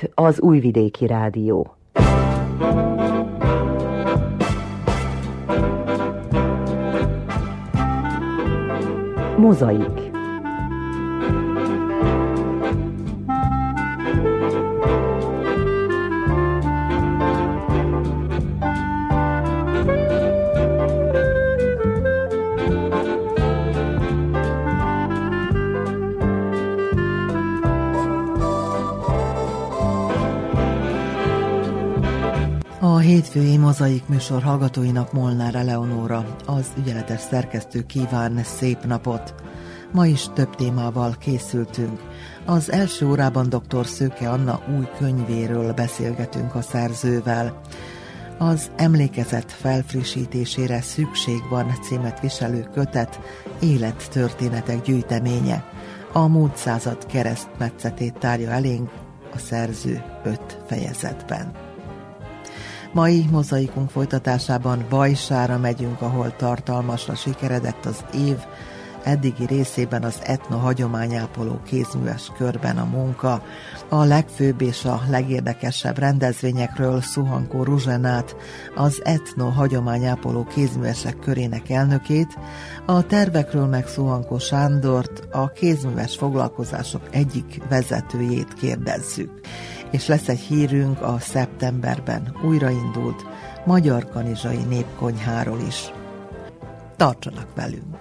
Itt az Újvidéki Rádió. Mozaik. A hétfői Mozaik műsor hallgatóinak Molnár Eleonóra, az ügyeletes szerkesztő kíván szép napot. Ma is több témával készültünk. Az első órában dr. Szőke Anna új könyvéről beszélgetünk a szerzővel. Az emlékezet felfrissítésére szükség van címet viselő kötet, élettörténetek gyűjteménye. A múlt század keresztmetszetét tárja elénk a szerző 5 fejezetben. Mai mozaikunk folytatásában Bajsára megyünk, ahol tartalmasra sikeredett az év eddigi részében az etnohagyományápoló kézműves körben a munka. A legfőbb és a legérdekesebb rendezvényekről Szuhankó Ruzsenát, az etnohagyományápoló kézművesek körének elnökét, a tervekről meg Szuhankó Sándort, a kézműves foglalkozások egyik vezetőjét kérdezzük. És lesz egy hírünk a szeptemberben újraindult Magyar Kanizsai Népkonyháról is. Tartsanak velünk!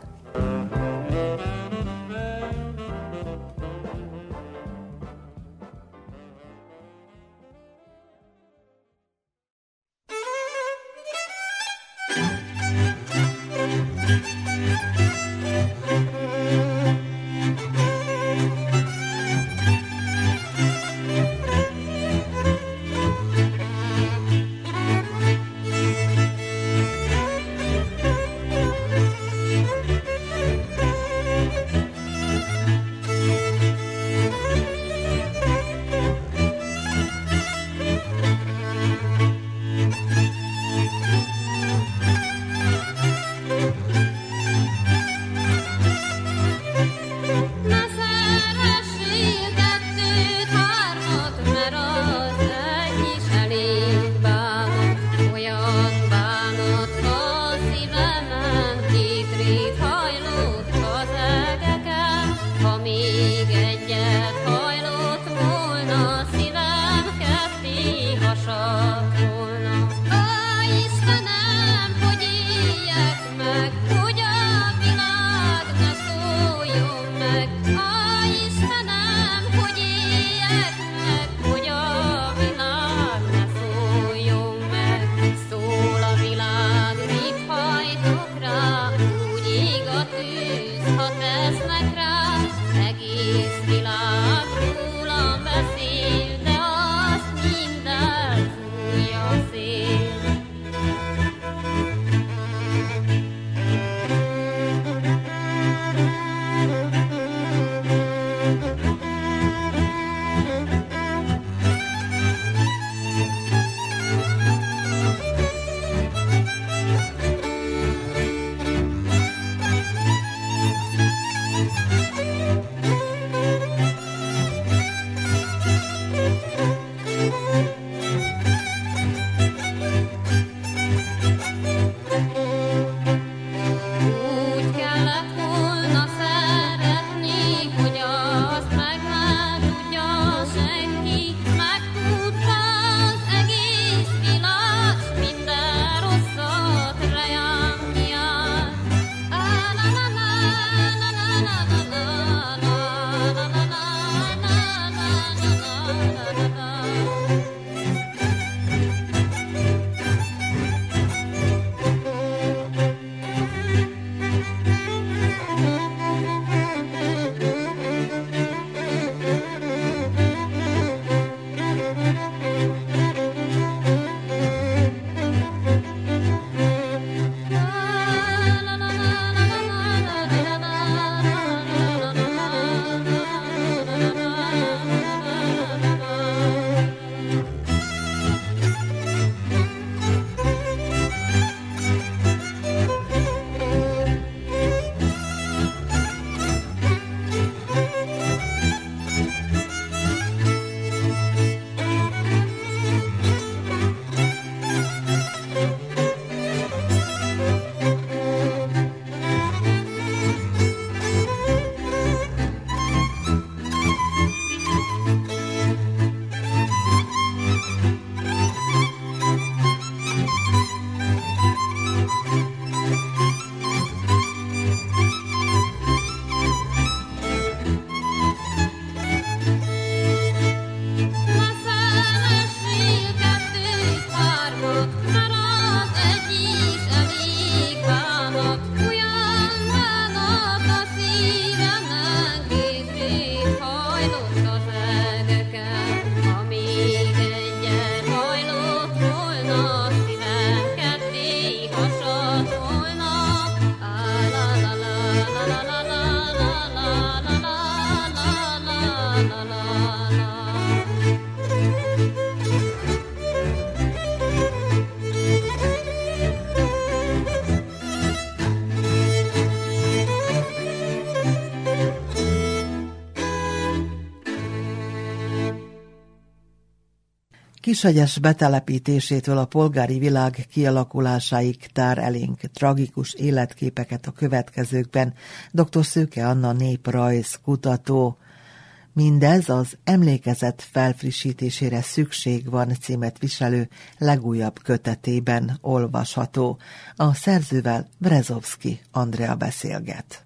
Kishegyes betelepítésétől a polgári világ kialakulásáig tár elénk tragikus életképeket a következőkben dr. Szőke Anna néprajz kutató. Mindez az Emlékezet felfrissítésére szükség van címet viselő legújabb kötetében olvasható. A szerzővel Brezovszky Andrea beszélget.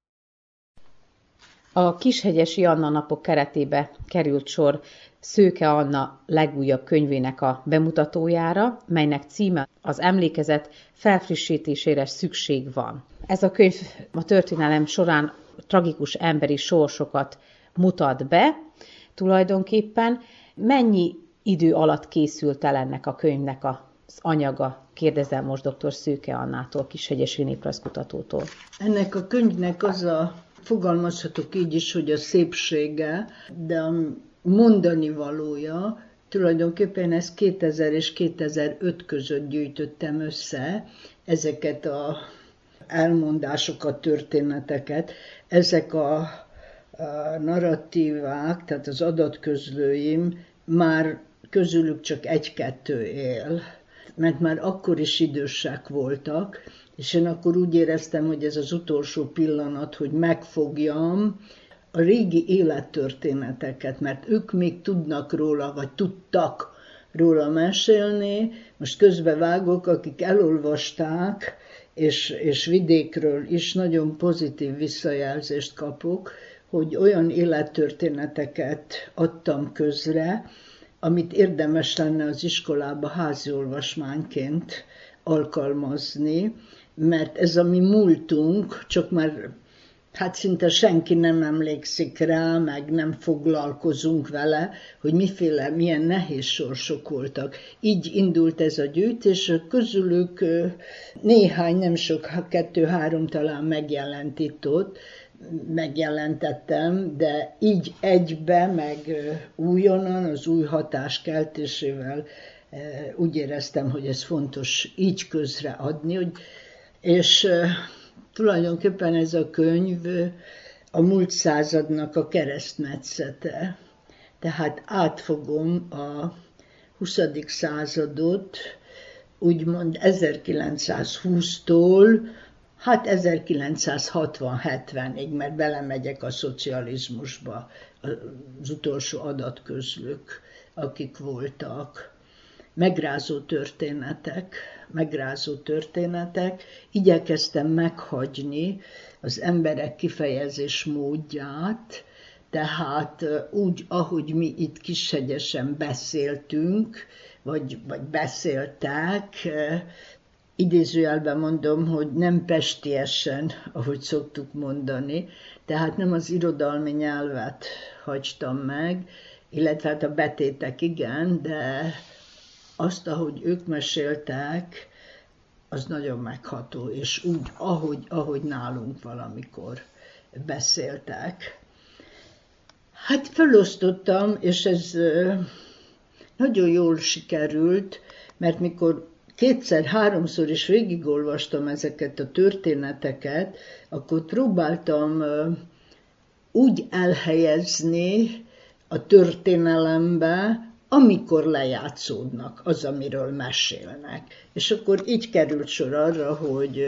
A Kishegyesi Anna napok keretébe került sor Szőke Anna legújabb könyvének a bemutatójára, melynek címe az Emlékezet felfrissítésére szükség van. Ez a könyv a történelem során tragikus emberi sorsokat mutat be tulajdonképpen. Mennyi idő alatt készült el ennek a könyvnek az anyaga? Kérdezem most dr. Szőke Annától, Kishegyesi néprajzkutatótól. Ennek a könyvnek az a, fogalmazhatok így is, hogy a szépsége, de a mondani valója, tulajdonképpen ezt 2000 és 2005 között gyűjtöttem össze, ezeket a elmondásokat, történeteket, ezek a narratívák, tehát az adatközlőim, már közülük csak egy-kettő él, mert már akkor is idősek voltak, és én akkor úgy éreztem, hogy ez az utolsó pillanat, hogy megfogjam a régi élettörténeteket, mert ők még tudnak róla, vagy tudtak róla mesélni. Most közbevágok, akik elolvasták, és vidékről is nagyon pozitív visszajelzést kapok, hogy olyan élettörténeteket adtam közre, amit érdemes lenne az iskolába háziolvasmányként alkalmazni, mert ez a mi múltunk, csak már hát szinte senki nem emlékszik rá, meg nem foglalkozunk vele, hogy milyen nehéz sorsok voltak. Így indult ez a gyűjtés, közülük néhány, nem sok, 2-3 talán megjelent itt ott, megjelentettem, de így egybe, meg újonnan, az új hatás keltésével úgy éreztem, hogy ez fontos így közreadni, és tulajdonképpen ez a könyv a múlt századnak a keresztmetszete. Tehát átfogom a 20. századot, úgymond 1920-tól, hát 1960-70-ig, mert belemegyek a szocializmusba, az utolsó adatközlők, akik voltak. Megrázó történetek. Igyekeztem meghagyni az emberek kifejezés módját, tehát úgy, ahogy mi itt Kishegyesen beszéltünk, vagy beszéltek, idézőjelben mondom, hogy nem pestiesen, ahogy szoktuk mondani, tehát nem az irodalmi nyelvet hagytam meg, illetve hát a betétek igen, de azt, ahogy ők meséltek, az nagyon megható, és úgy, ahogy nálunk valamikor beszéltek. Hát felosztottam, és ez nagyon jól sikerült, mert mikor 2-3-szor is végigolvastam ezeket a történeteket, akkor próbáltam úgy elhelyezni a történelembe, amikor lejátszódnak, az, amiről mesélnek. És akkor így került sor arra, hogy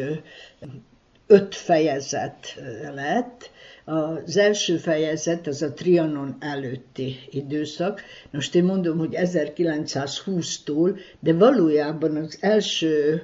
5 fejezet lett. Az első fejezet az a Trianon előtti időszak. Most én mondom, hogy 1920-tól, de valójában az első,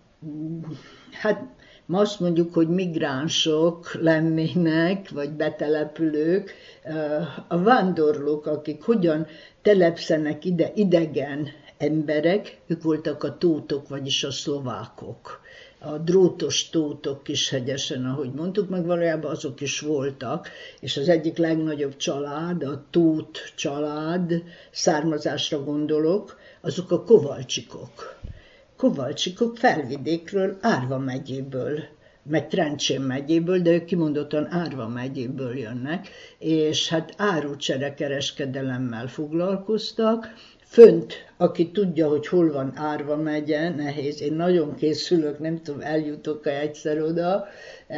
hát ma azt mondjuk, hogy migránsok lennének, vagy betelepülők, a vándorlók, akik hogyan telepszenek ide idegen emberek, ők voltak a tótok, vagyis a szlovákok. A drótos tótok Kishegyesen, ahogy mondtuk, meg valójában azok is voltak, és az egyik legnagyobb család, a Tóth család, származásra gondolok, azok a Kovalcsikok. Kovalcsikok Felvidékről, Árva megyéből, meg Trencsén megyéből, de ők kimondottan Árva megyéből jönnek, és hát árucserekereskedelemmel foglalkoztak. Fönt, aki tudja, hogy hol van Árva megye, nehéz, én nagyon készülök, nem tudom, eljutok-e egyszer oda,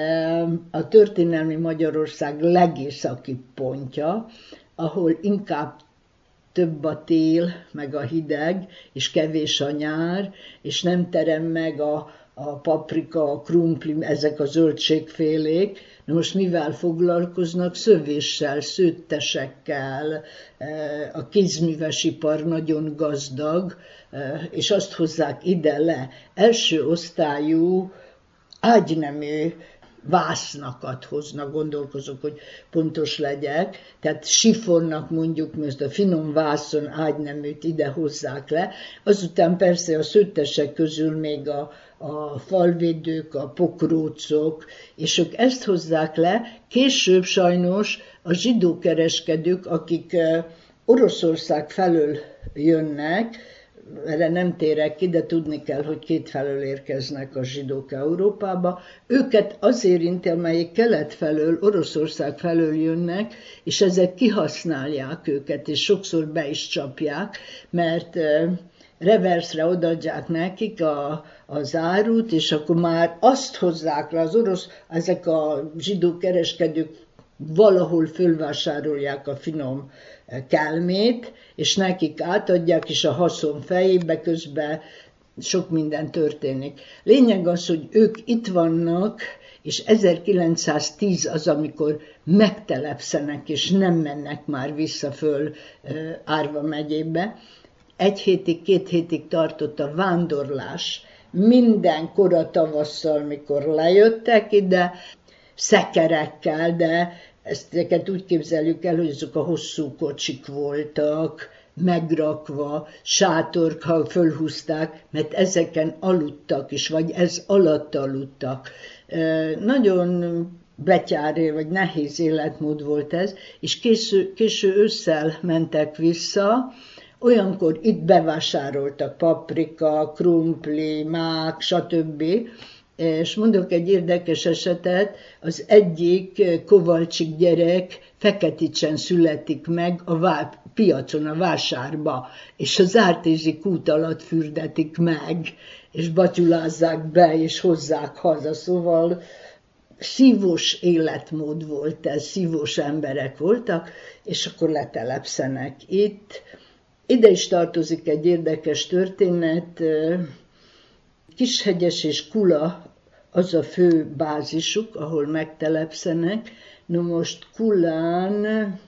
a történelmi Magyarország legészakibb pontja, ahol inkább több a tél, meg a hideg, és kevés a nyár, és nem terem meg a paprika, a krumpli, ezek a zöldségfélék. Na most mivel foglalkoznak? Szövéssel, szőttesekkel, a kézműves ipar nagyon gazdag, és azt hozzák ide le. Első osztályú ágynemű vásznakat hoznak, gondolkozok, hogy pontos legyek, tehát sifonnak mondjuk, most a finom vászon ágyneműt ide hozzák le, azután persze a szőttesek közül még a falvédők, a pokrócok, és ők ezt hozzák le, később sajnos a zsidó kereskedők, akik Oroszország felől jönnek, erre nem térek ki, de tudni kell, hogy kétfelől érkeznek a zsidók Európába. Őket az érinti, amelyek kelet felől, Oroszország felől jönnek, és ezek kihasználják őket, és sokszor be is csapják, mert reversre odaadják nekik az árut, és akkor már azt hozzák le ezek a zsidó kereskedők valahol fölvásárolják a finom kelmét, és nekik átadják, és a haszon fejébe közben sok minden történik. Lényeg az, hogy ők itt vannak, és 1910 az, amikor megtelepszenek, és nem mennek már vissza föl Árva megyébe. 1 hétig, 2 hétig tartott a vándorlás. Minden kora tavasszal, mikor lejöttek ide, szekerekkel, de ezeket úgy képzeljük el, hogy azok a hosszú kocsik voltak, megrakva, sátorkkal fölhúzták, mert ezeken aludtak is, vagy ez alatt aludtak. Nagyon betyár, vagy nehéz életmód volt ez, és késő ősszel mentek vissza, olyankor itt bevásároltak paprika, krumpli, mák, stb., és mondok egy érdekes esetet, az egyik Kovalcsik gyerek Feketicsen születik meg a piacon, a vásárba, és az Ártési kút alatt fürdetik meg, és batyulázzák be, és hozzák haza. Szóval szívós életmód volt ez, szívós emberek voltak, és akkor letelepszenek itt. Ide is tartozik egy érdekes történet, Kishegyes és Kula az a fő bázisuk, ahol megtelepszenek. No most Kulán,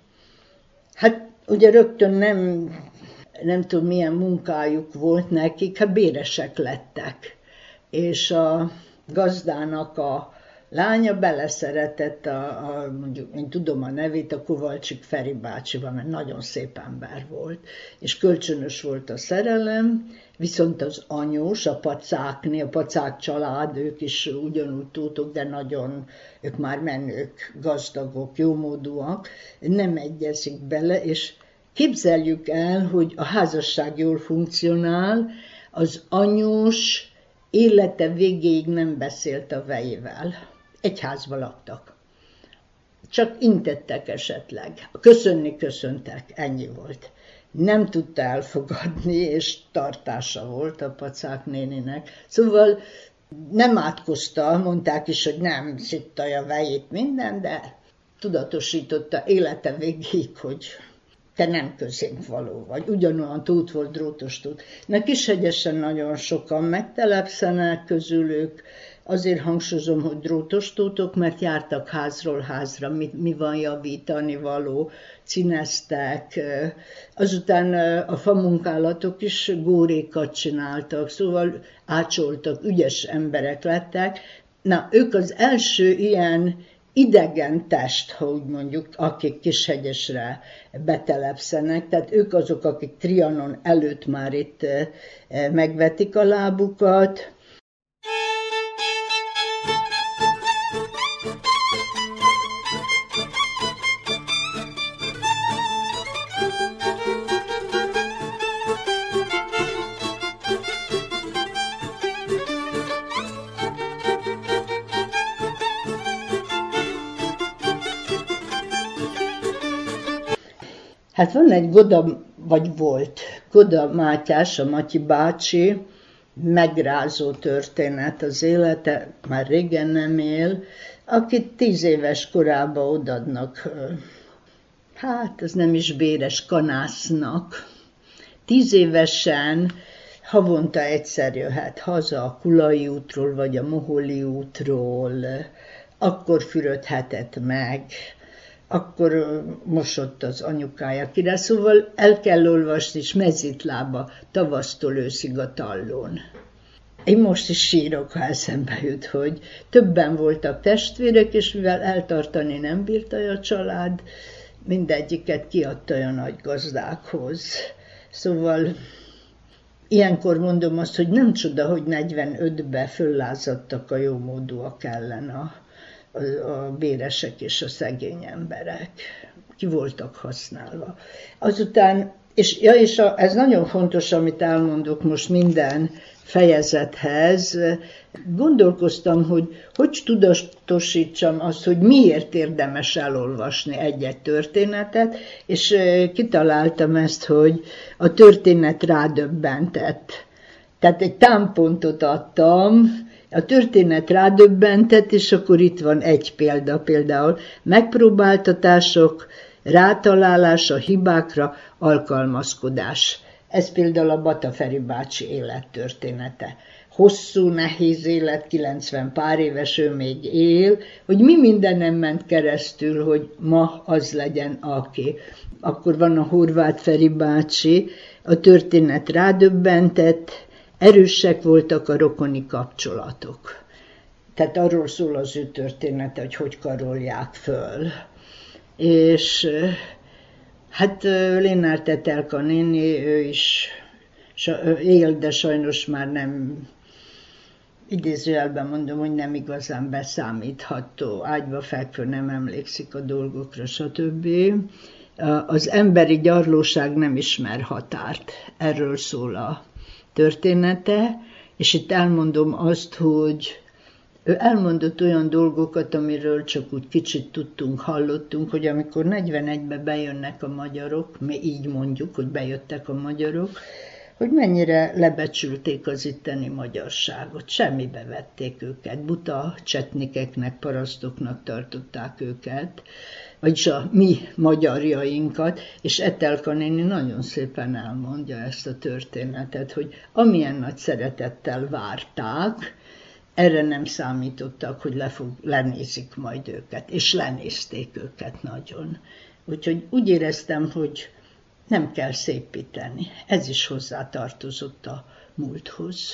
hát ugye rögtön nem tudom milyen munkájuk volt nekik, hát béresek lettek. És a gazdának a lánya beleszeretett, mondjuk én tudom a nevét, a Kovalcsik Feri bácsival, mert nagyon szép ember volt, és kölcsönös volt a szerelem, viszont az anyós, a pacákné, a pacák család, ők is ugyanúgy tudtuk, de nagyon, ők már menők, gazdagok, jómódúak, nem egyezik bele, és képzeljük el, hogy a házasság jól funkcionál, az anyós élete végéig nem beszélt a vejével. Egy házban laktak. Csak intettek esetleg. Köszönni köszöntek, ennyi volt. Nem tudta elfogadni, és tartása volt a pacák néninek. Szóval nem átkozta, mondták is, hogy nem szittalja a vejét minden, de tudatosította élete végéig, hogy te nem közénk való vagy. Ugyanolyan tót volt, drótos tót. Na Kishegyesen nagyon sokan megtelepszenek közülük, azért hangsúlyozom, hogy drótos tótok, mert jártak házról házra, mi van javítani való, cineztek. Azután a famunkálatok is górékat csináltak, szóval ácsoltak, ügyes emberek lettek. Na, ők az első ilyen idegen test, ha úgy mondjuk, akik Kishegyesre betelepszenek, tehát ők azok, akik Trianon előtt már itt megvetik a lábukat. Hát van egy Goda Mátyás, a Matyi bácsi, megrázó történet az élete, már régen nem él, akit 10 éves korában odaadnak hát ez nem is béres, kanásznak. 10 évesen havonta egyszer jöhet haza a Kulai útról, vagy a Moholi útról, akkor fürödhetett meg, akkor mosott az anyukája kire, szóval el kell olvasni, és mezitlába tavasztól őszig a Tallón. Én most is sírok, ha eszembe jut, hogy többen voltak testvérek, és mivel eltartani nem bírta a család, mindegyiket kiadta a nagygazdákhoz. Szóval ilyenkor mondom azt, hogy nem csoda, hogy 45-ben föllázadtak a jómódúak ellen a béresek és a szegény emberek. Ki voltak használva. Azután, és ez nagyon fontos, amit elmondok most minden fejezethez, gondolkoztam, hogy tudatosítsam azt, hogy miért érdemes elolvasni egy-egy történetet, és kitaláltam ezt, hogy a történet rádöbbentett. Tehát egy támpontot adtam, a történet rádöbbentett, és akkor itt van egy példa, például megpróbáltatások, rátalálás a hibákra, alkalmazkodás. Ez például a Bata Feri bácsi élettörténete. Hosszú, nehéz élet, 90 pár éves, ő még él, hogy mi mindenem ment keresztül, hogy ma az legyen, aki. Akkor van a Horváth Feri bácsi, a történet rádöbbentett, erősek voltak a rokoni kapcsolatok. Tehát arról szól az ő története, hogy karolják föl. És hát Lénár Etelka néni, ő is él, de sajnos már nem, idézőjelben mondom, hogy nem igazán beszámítható, ágyba fekvő, nem emlékszik a dolgokra, stb. Az emberi gyarlóság nem ismer határt, erről szól a története, és itt elmondom azt, hogy ő elmondott olyan dolgokat, amiről csak úgy kicsit tudtunk, hallottunk, hogy amikor 41-ben bejönnek a magyarok, mi így mondjuk, hogy bejöttek a magyarok, hogy mennyire lebecsülték az itteni magyarságot, semmibe vették őket, buta csetnikeknek, parasztoknak tartották őket, vagyis a mi magyarjainkat, és Etelka néni nagyon szépen elmondja ezt a történetet, hogy amilyen nagy szeretettel várták, erre nem számítottak, hogy lenézik majd őket, és lenézték őket nagyon. Úgyhogy úgy éreztem, hogy nem kell szépíteni. Ez is hozzátartozott a múlthoz.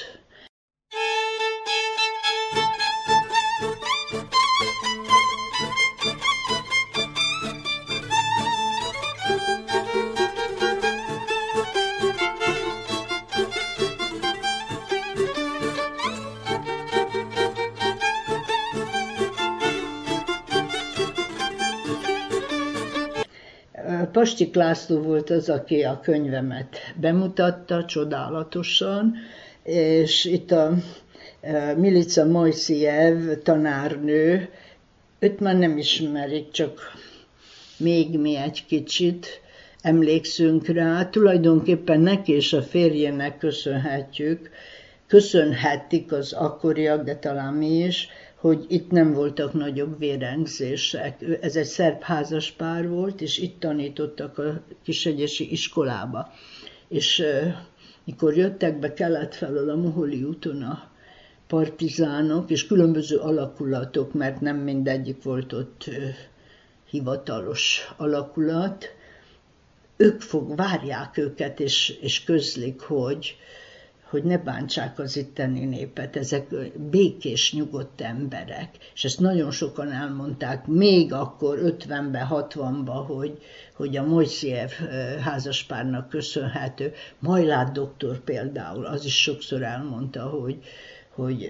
Pastik László volt az, aki a könyvemet bemutatta csodálatosan, és itt a Milica Mojszijev tanárnő, őt már nem ismerik, csak még mi egy kicsit emlékszünk rá. Tulajdonképpen neki és a férjének köszönhetik az akkoriak, de talán mi is, hogy itt nem voltak nagyobb vérengzések. Ez egy szerb házaspár volt, és itt tanítottak a Kishegyesi iskolába. És mikor jöttek be kelet felől a Moholi úton a partizánok, és különböző alakulatok, mert nem mindegyik volt ott hivatalos alakulat, ők várják őket, és közlik, hogy ne bántsák az itteni népet, ezek békés, nyugodt emberek. És ezt nagyon sokan elmondták, még akkor 50-ben, 60-ban, hogy a Mojszijev házaspárnak köszönhető. Majlát doktor például, az is sokszor elmondta, hogy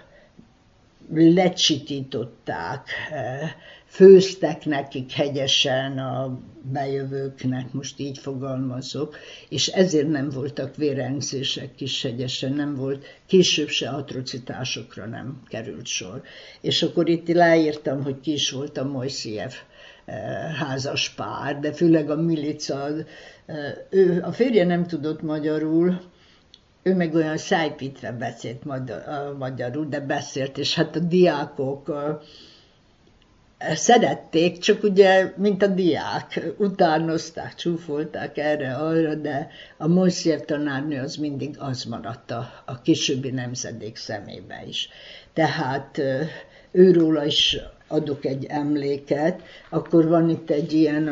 lecsitították, főztek nekik hegyesen a bejövőknek, most így fogalmazok, és ezért nem voltak vérengzések Kishegyesen, nem volt, később se atrocitásokra nem került sor. És akkor itt leírtam, hogy ki is volt a Mojszijev házaspár, de főleg a Milica, a férje nem tudott magyarul, ő meg olyan szájpítve beszélt magyarul, de beszélt, és hát a diákok szerették, csak ugye, mint a diák, utánozták, csúfolták erre-arra, de a Monsieur tanárnő az mindig az maradt a későbbi nemzedék szemébe is. Tehát őróla is adok egy emléket, akkor van itt egy ilyen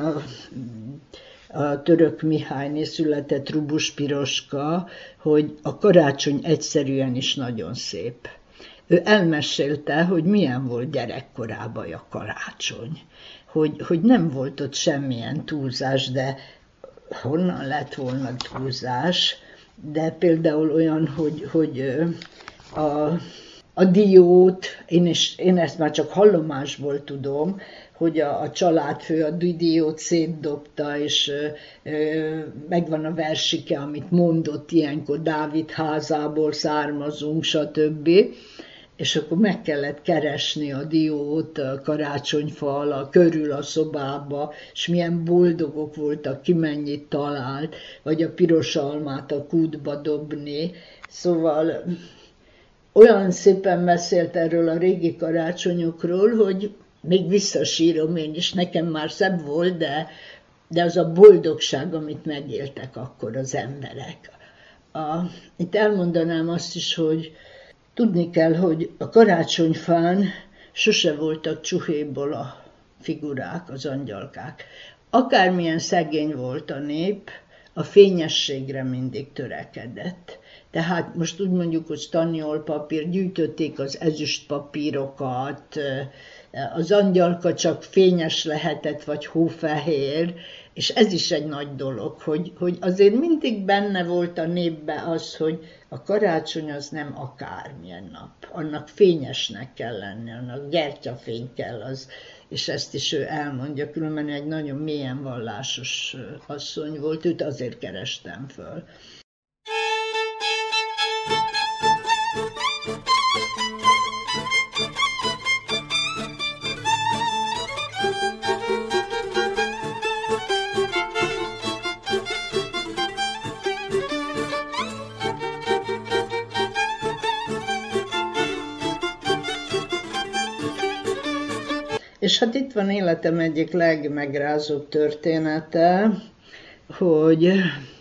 a Török Mihályné született Rubus Piroska, hogy a karácsony egyszerűen is nagyon szép. Ő elmesélte, hogy milyen volt gyerekkorában a karácsony, hogy nem volt ott semmilyen túlzás, de honnan lett volna túlzás, de például olyan, hogy a diót, én ezt már csak hallomásból tudom, hogy a családfő a diót szétdobta, és megvan a versike, amit mondott ilyenkor, Dávid házából származunk, stb. És akkor meg kellett keresni a diót a karácsonyfa alá, körül a szobába, és milyen boldogok voltak, ki mennyit talált, vagy a piros almát a kútba dobni. Szóval olyan szépen beszélt erről a régi karácsonyokról, hogy még visszasírom én is, nekem már szebb volt, de az a boldogság, amit megéltek akkor az emberek. Itt elmondanám azt is, hogy tudni kell, hogy a karácsonyfán sose voltak csuhéból a figurák, az angyalkák. Akármilyen szegény volt a nép, a fényességre mindig törekedett. Tehát most úgy mondjuk, hogy staniolpapír, gyűjtötték az ezüst papírokat, az angyalka csak fényes lehetett, vagy hófehér, és ez is egy nagy dolog, hogy azért mindig benne volt a népbe az, hogy a karácsony az nem akármilyen nap, annak fényesnek kell lenni, annak gyertyafény kell az, és ezt is ő elmondja, különben egy nagyon mélyen vallásos asszony volt, őt azért kerestem föl. És hát itt van életem egyik legmegrázóbb története, hogy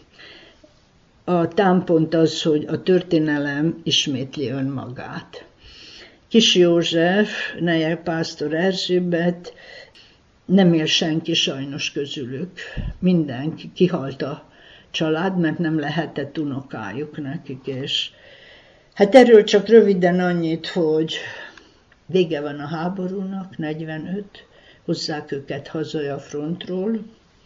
a támpont az, hogy a történelem ismétli önmagát. Kis József, neje Pásztor Erzsébet, nem él senki sajnos közülük. Mindenki, kihalt a család, mert nem lehetett unokájuk nekik. És hát erről csak röviden annyit, hogy vége van a háborúnak, 45, hozzák őket haza a frontról,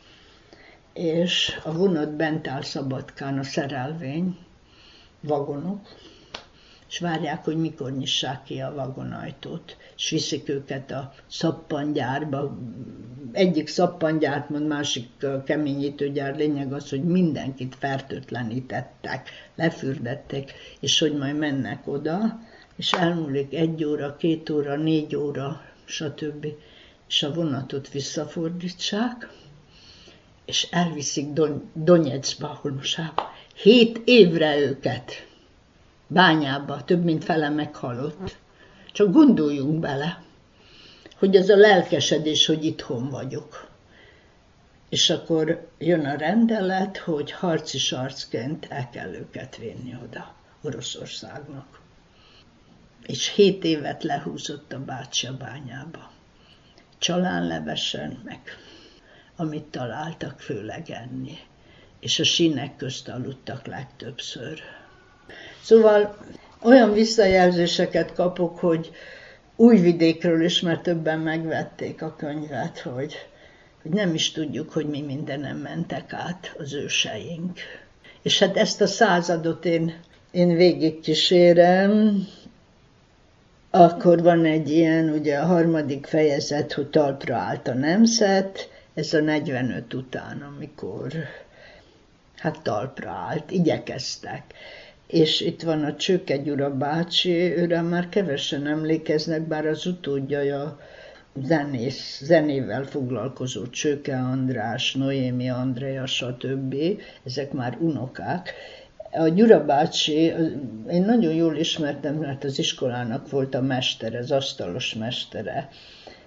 és a vonat bent áll Szabadkán, a szerelvény, vagonok, és várják, hogy mikor nyissák ki a vagonajtót, és viszik őket a szappangyárba. Egyik szappangyárt mond, másik keményítőgyár, lényeg az, hogy mindenkit fertőtlenítettek, lefürdették, és hogy majd mennek oda, és elmúlik 1 óra, 2 óra, 4 óra, stb. És a vonatot visszafordítsák, és elviszik Donyeckba, ahol most 7 évre őket. Bányába, több mint fele meghalott. Csak gondoljunk bele, hogy ez a lelkesedés, hogy itthon vagyok. És akkor jön a rendelet, hogy harci sarcként el kell őket vinni oda, Oroszországnak. És 7 évet lehúzott a bácsi a bányába. Csalánlevesen, meg amit találtak, főleg enni. És a sínek közt aludtak legtöbbször. Szóval olyan visszajelzéseket kapok, hogy Újvidékről is, mert többen megvették a könyvet, hogy nem is tudjuk, hogy mi mindenem mentek át az őseink. És hát ezt a századot én végigkísérem. Akkor van egy ilyen, ugye a 3. fejezet, hogy talpra állt a nemzet, ez a 45 után, amikor hát talpra állt, igyekeztek. És itt van a Csőke Gyura bácsi, őre már kevesen emlékeznek, bár az utódja a zenével foglalkozó Csőke András, Noémi Andrea, stb. Ezek már unokák. A Gyura bácsi, én nagyon jól ismertem, mert az iskolának volt a mestere, az asztalos mestere.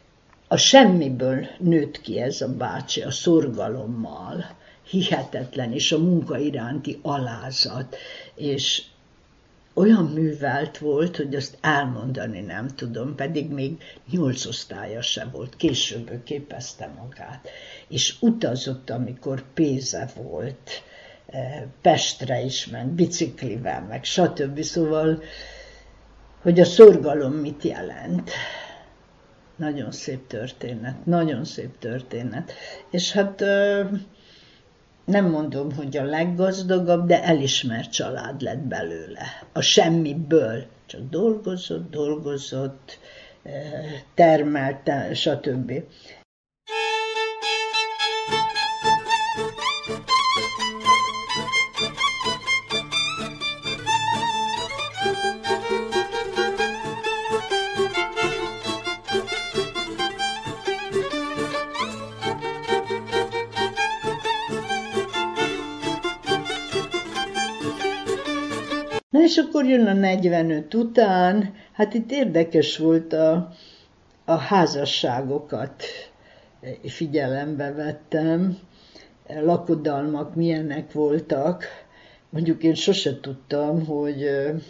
A semmiből nőtt ki ez a bácsi, a szorgalommal, hihetetlen, és a munka iránti alázat, és olyan művelt volt, hogy azt elmondani nem tudom, pedig még 8 osztálya se volt, később ő képezte magát. És utazott, amikor pénze volt, Pestre is ment, biciklivel, meg stb. Szóval, hogy a szorgalom mit jelent. Nagyon szép történet, nagyon szép történet. És hát nem mondom, hogy a leggazdagabb, de elismert család lett belőle. A semmiből. Csak dolgozott, termelt, stb. Na és akkor jön a 45 után, hát itt érdekes volt a házasságokat figyelembe vettem, lakodalmak milyenek voltak. Mondjuk én sose tudtam, hogy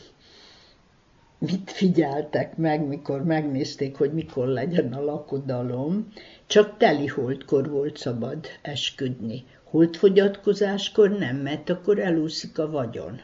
mit figyeltek meg, mikor megnézték, hogy mikor legyen a lakodalom. Csak teli holdkor volt szabad esküdni. Holdfogyatkozáskor nem, mert akkor elúszik a vagyon.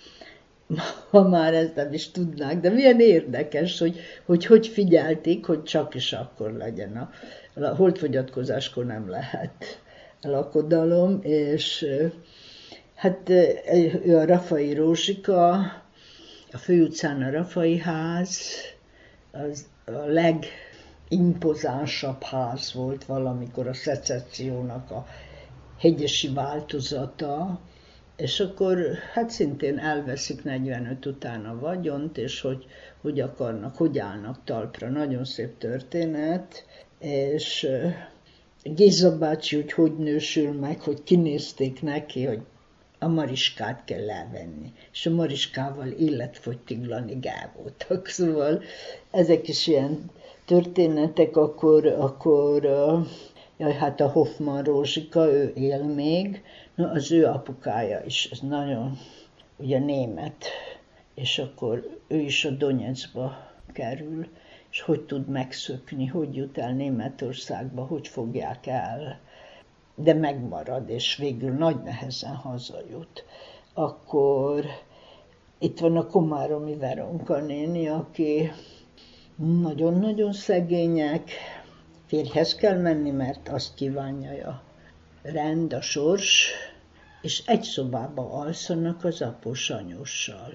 Ha már ezt nem is tudnák, de milyen érdekes, hogy figyelték, hogy csak is akkor legyen a holdfogyatkozáskor nem lehet lakodalom, és hát ő a Rafai Rózsika, a főutcán a Rafai ház, az a legimpozánsabb ház volt valamikor a szecessziónak a hegyesi változata, és akkor hát szintén elveszik 45 után a vagyont, és hogy akarnak, hogy állnak talpra. Nagyon szép történet, és Géza bácsi, hogy nősül meg, hogy kinézték neki, hogy a Mariskát kell elvenni. És a Mariskával életfogytiglanig el voltak. Szóval ezek is ilyen történetek, akkor hát a Hoffman Rózsika, ő él még, na, az ő apukája is, ez nagyon, ugye német, és akkor ő is a Donyeckba kerül, és hogy tud megszökni, hogy jut el Németországba, hogy fogják el, de megmarad, és végül nagy nehezen hazajut. Akkor itt van a komáromi Veronka néni, aki nagyon-nagyon szegények, férjhez kell menni, mert azt kívánja a rend, a sors, és egy szobába alszanak az após anyóssal.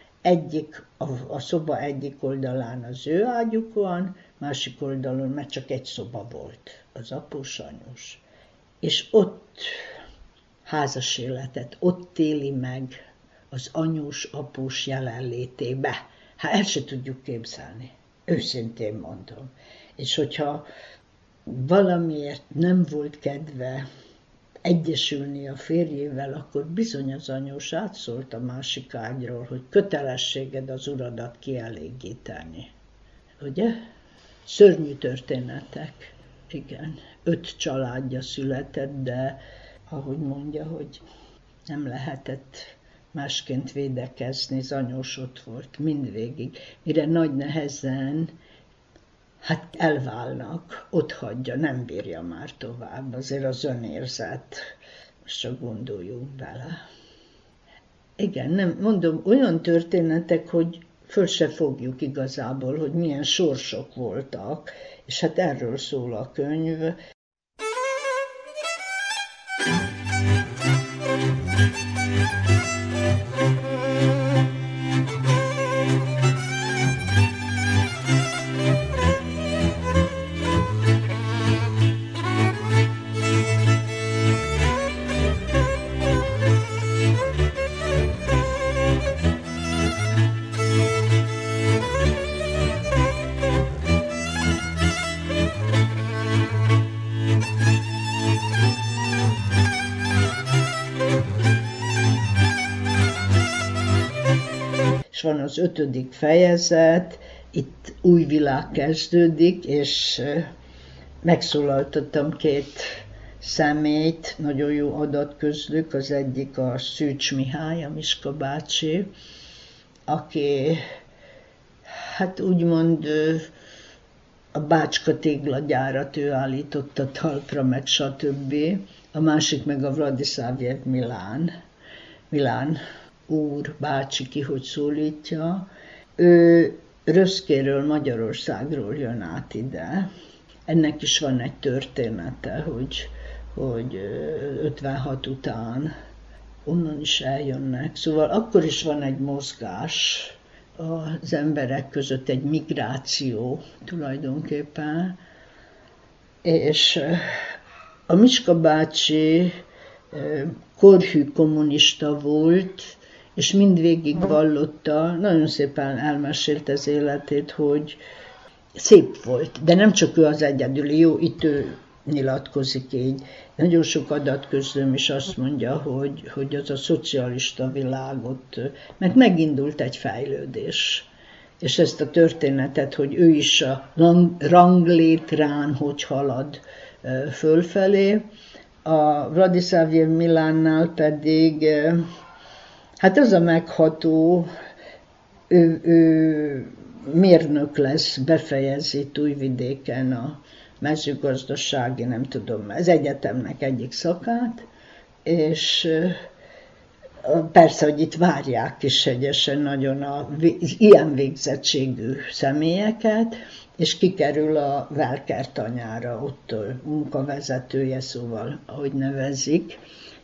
A szoba egyik oldalán az ő ágyuk van, másik oldalon, mert csak egy szoba volt, az após anyós. És ott házas életet, ott éli meg az anyós-após jelenlétébe. Hát el se tudjuk képzelni, őszintén mondom. És hogyha valamiért nem volt kedve egyesülni a férjével, akkor bizony az anyós átszólt a másik ágyról, hogy kötelességed az uradat kielégíteni. Ugye? Szörnyű történetek. Igen. 5 családja született, de ahogy mondja, hogy nem lehetett másként védekezni, az anyós ott volt mindvégig. Mire nagy nehezen hát elválnak, otthagyja, nem bírja már tovább, azért az önérzet, most csak gondoljunk bele. Igen, nem, mondom, olyan történetek, hogy föl se fogjuk igazából, hogy milyen sorsok voltak, és hát erről szól a könyv. Van az 5. fejezet, itt új világ kezdődik, és megszólaltattam 2 személyt, nagyon jó adat közlük, az egyik a Szűcs Mihály, a Miska bácsi, aki hát úgymond a Bácska téglagyárat ő állította talpra, meg stb. A másik meg a Vladislavjev Milán úr, bácsi, ki hogy szólítja. Ő Röszkéről, Magyarországról jön át ide. Ennek is van egy története, hogy 56 után onnan is eljönnek. Szóval akkor is van egy mozgás az emberek között, egy migráció tulajdonképpen. És a Miska bácsi korhű kommunista volt, és mindvégig vallotta, nagyon szépen elmesélt az életét, hogy szép volt, de nem csak ő az egyedüli, jó, itt ő nyilatkozik így. Nagyon sok adatközlőm is azt mondja, hogy az a szocialista világot, mert megindult egy fejlődés. És ezt a történetet, hogy ő is a ranglétrán, hogy halad fölfelé. A Vladislavjev Milánnál pedig, hát az a megható, ő mérnök lesz, befejezi Újvidéken a mezőgazdasági, nem tudom, az egyetemnek egyik szakát, és persze, hogy itt várják Kishegyesen nagyon ilyen végzettségű személyeket, és kikerül a Welker tanyára, ott munkavezetője, szóval, ahogy nevezik,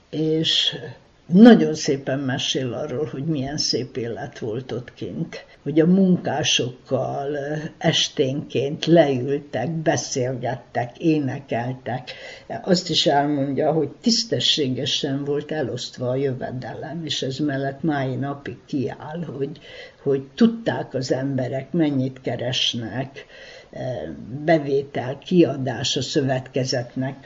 és nagyon szépen mesél arról, hogy milyen szép élet volt ott kint, hogy a munkásokkal esténként leültek, beszélgettek, énekeltek. Azt is elmondja, hogy tisztességesen volt elosztva a jövedelem, és ez mellett mai napig kiáll, hogy tudták az emberek, mennyit keresnek, bevétel, kiadás a szövetkezetnek,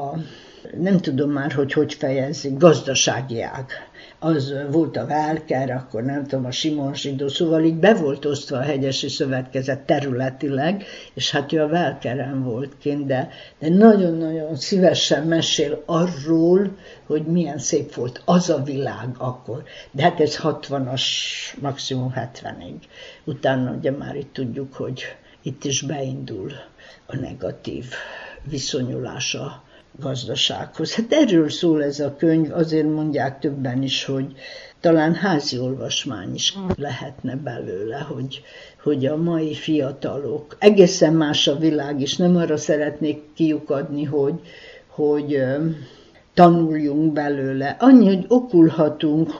nem tudom már, hogy fejezik, gazdasági ág. Az volt a Welker, akkor nem tudom, a Simon Zsidó, szóval így be volt osztva a Hegyesi Szövetkezet területileg, és hát ő a Welkeren volt kint, de nagyon-nagyon szívesen mesél arról, hogy milyen szép volt az a világ akkor. De hát ez 60-as, maximum 70-ig. Utána ugye már itt tudjuk, hogy itt is beindul a negatív viszonyulása gazdasághoz. Hát erről szól ez a könyv, azért mondják többen is, hogy talán házi olvasmány is lehetne belőle, hogy a mai fiatalok, egészen más a világ is, nem arra szeretnék kiukadni, hogy tanuljunk belőle. Annyi, hogy okulhatunk,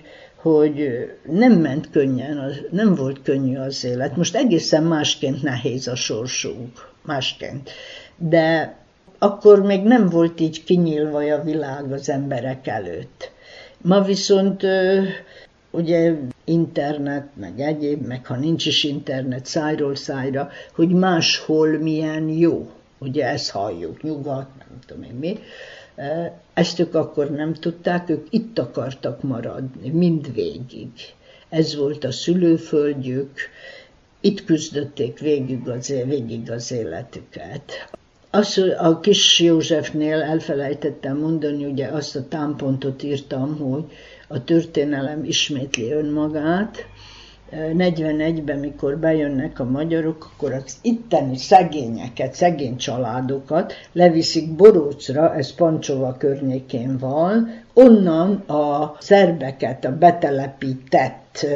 hogy nem ment könnyen, nem volt könnyű az élet. Most egészen másként nehéz a sorsunk, másként. De akkor még nem volt így kinyílva a világ az emberek előtt. Ma viszont ugye internet, meg egyéb, meg ha nincs is internet, szájról szájra, hogy máshol milyen jó. Ugye ezt halljuk, nyugat, nem tudom én mi. Ezt ők akkor nem tudták, ők itt akartak maradni, mindvégig. Ez volt a szülőföldjük, itt küzdötték végig az életüket. A Kis Józsefnél elfelejtettem mondani, ugye azt a támpontot írtam, hogy a történelem ismétli önmagát. 41-ben, mikor bejönnek a magyarok, akkor az itteni szegényeket, szegény családokat leviszik Borócra, ez Pancsova környékén van, onnan a szerbeket, a betelepített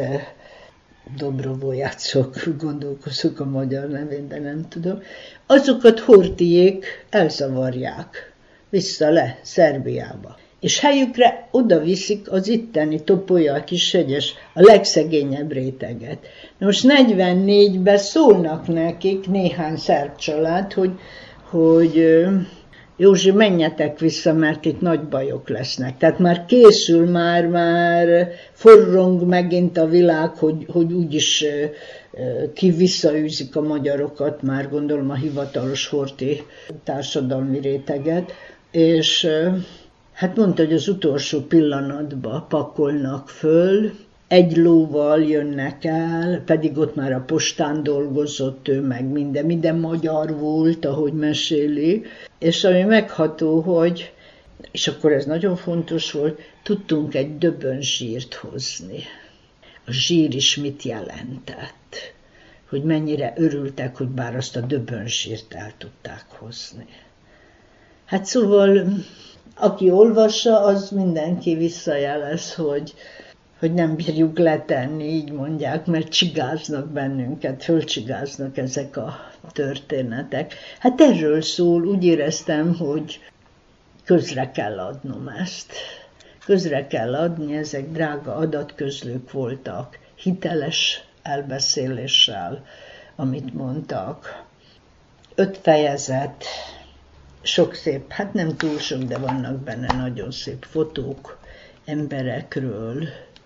Dobrovojácok, gondolkozok a magyar nevén, de nem tudom, azokat Horthyék elzavarják vissza le Szerbiába. És helyükre oda viszik az itteni Topolya, Kishegyes, a legszegényebb réteget. Most 44-ben szólnak nekik néhány szerb család, hogy Józsi, menjetek vissza, mert itt nagy bajok lesznek. Tehát már készül, már forrong megint a világ, hogy úgyis ki visszaűzik a magyarokat, már gondolom a hivatalos horthy társadalmi réteget, és hát mondta, hogy az utolsó pillanatban pakolnak föl, egy lóval jönnek el, pedig ott már a postán dolgozott ő, meg minden magyar volt, ahogy meséli, és ami megható, hogy, és akkor ez nagyon fontos volt, tudtunk egy döbön zsírt hozni. A zsír is mit jelentett, hogy mennyire örültek, hogy bár azt a döbön zsírt el tudták hozni. Hát szóval, aki olvassa, az mindenki visszajelez, hogy nem bírjuk letenni, így mondják, mert csigáznak bennünket, fölcsigáznak ezek a történetek. Hát erről szól, úgy éreztem, hogy közre kell adnom ezt. Közre kell adni, ezek drága adatközlők voltak, hiteles elbeszéléssel, amit mondtak. 5 fejezet, sok szép, hát nem túl sok, de vannak benne nagyon szép fotók emberekről.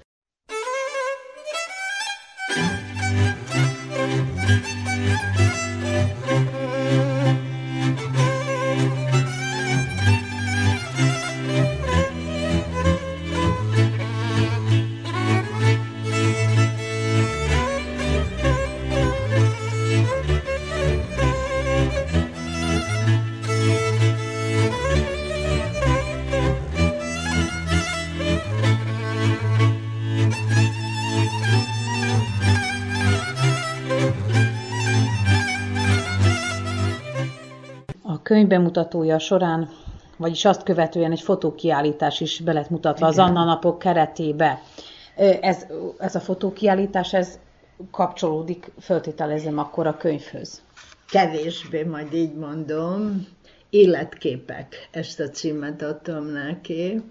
Könyv bemutatója során, vagyis azt követően egy fotókiállítás is be lett mutatva az Anna napok keretébe. Ez a fotókiállítás, ez kapcsolódik, feltételezem akkor a könyvhöz. Kevésbé, majd így mondom. Életképek, ezt a címet adtam neki.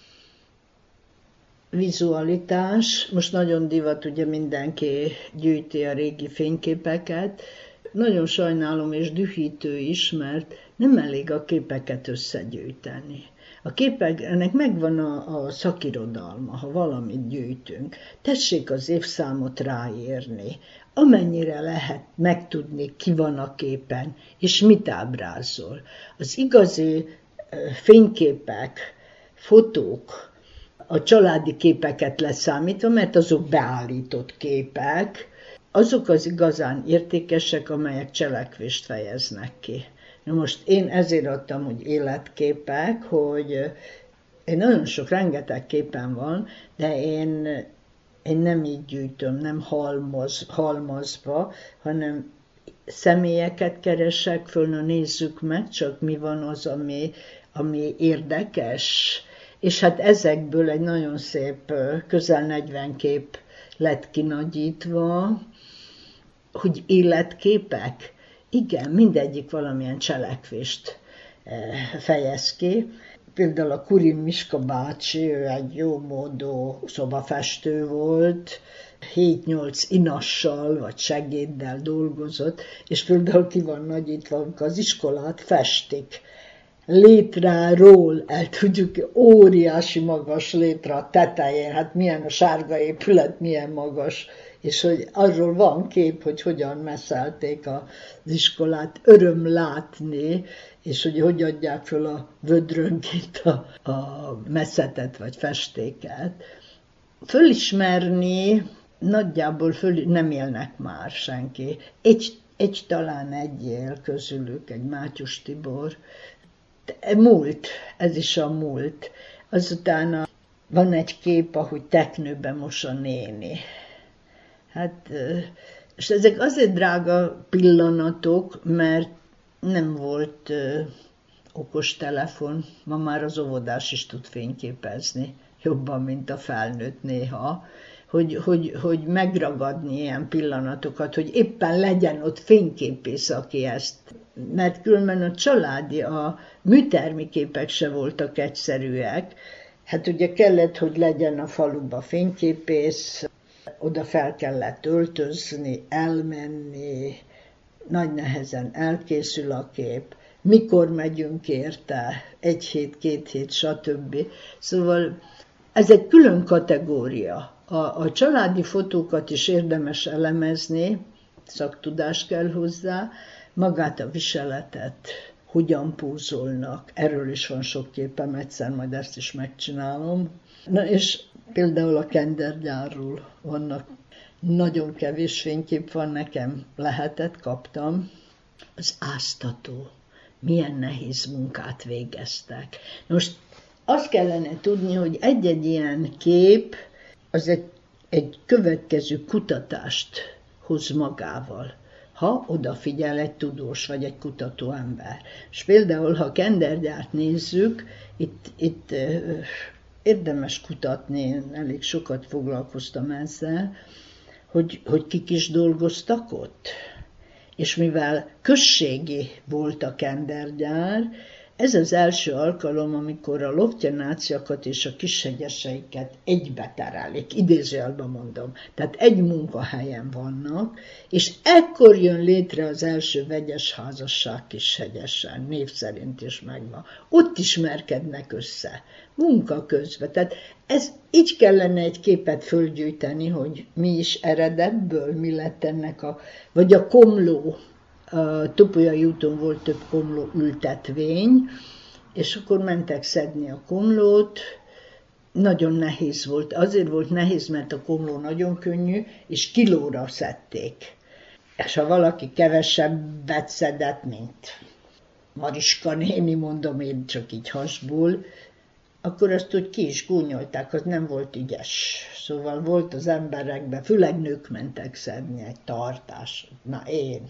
Vizualitás, most nagyon divat, ugye mindenki gyűjti a régi fényképeket. Nagyon sajnálom és dühítő is, mert nem elég a képeket összegyűjteni. A képeknek megvan a szakirodalma, ha valamit gyűjtünk. Tessék az évszámot ráírni, amennyire lehet megtudni, ki van a képen, és mit ábrázol. Az igazi fényképek, fotók, a családi képeket leszámítva, mert azok beállított képek, azok az igazán értékesek, amelyek cselekvést fejeznek ki. Na most én ezért adtam, hogy életképek, hogy én nagyon sok, rengeteg képen van, de én nem így gyűjtöm, nem halmazva, hanem személyeket keresek föl, na nézzük meg, csak mi van az, ami érdekes. És hát ezekből egy nagyon szép, közel 40 kép lett kinagyítva, hogy életképek, igen, mindegyik valamilyen cselekvést fejez ki. Például a Kurin Miska bácsi, ő egy jómódú szobafestő volt, 7-8 inassal vagy segéddel dolgozott, és például ki van nagyítva, amikor az iskolát festik. Létráról el tudjuk, óriási magas létre a tetején, hát milyen a sárga épület, milyen magas, és hogy arról van kép, hogy hogyan messzelték az iskolát, öröm látni, és hogy adják föl a vödrönként a messzetet vagy festéket. Fölismerni, nagyjából nem élnek már senki. Talán egy él közülük, egy Mátyus Tibor. Múlt, ez is a múlt. Azután van egy kép, ahogy teknőben mos a néni. Hát, és ezek azért drága pillanatok, mert nem volt okostelefon. Ma már az óvodás is tud fényképezni, jobban, mint a felnőtt néha. Hogy megragadni ilyen pillanatokat, hogy éppen legyen ott fényképész, aki ezt. Mert különben a családi, a műtermi képek se voltak egyszerűek. Hát ugye kellett, hogy legyen a faluba fényképész, oda fel kellett öltözni, elmenni, nagy nehezen elkészül a kép, mikor megyünk érte, 1 hét, 2 hét, stb. Szóval ez egy külön kategória. A családi fotókat is érdemes elemezni, szaktudás kell hozzá, magát a viseletet, hogyan pózolnak, erről is van sok képem, egyszer majd ezt is megcsinálom. Na és például a kendergyárról vannak nagyon kevés fénykép van, nekem kaptam. Az áztató, milyen nehéz munkát végeztek. Most azt kellene tudni, hogy egy-egy ilyen kép az egy következő kutatást hoz magával, ha odafigyel egy tudós vagy egy kutató ember. És például, ha a kendergyárt nézzük, itt érdemes kutatni, én elég sokat foglalkoztam ezzel, hogy kik is dolgoztak ott. És mivel községi volt a kendergyár, ez az első alkalom, amikor a loftyanáciakat és a kishegyeseiket egybe terelik, idézőjelben mondom. Tehát egy munkahelyen vannak, és ekkor jön létre az első vegyes házasság Kishegyesen, név szerint is megvan. Ott ismerkednek össze, munka közben. Tehát így kellene egy képet fölgyűjteni, hogy mi is eredetből, mi lett ennek vagy a komló. A Topolyai úton volt több komló ültetvény, és akkor mentek szedni a komlót. Nagyon nehéz volt. Azért volt nehéz, mert a komló nagyon könnyű, és kilóra szedték. És ha valaki kevesebbet szedett, mint Mariska néni, mondom én csak így hasból, akkor azt úgy ki is gúnyolták, az nem volt ügyes. Szóval volt az emberekben, főleg nők mentek szedni egy tartás. Na én.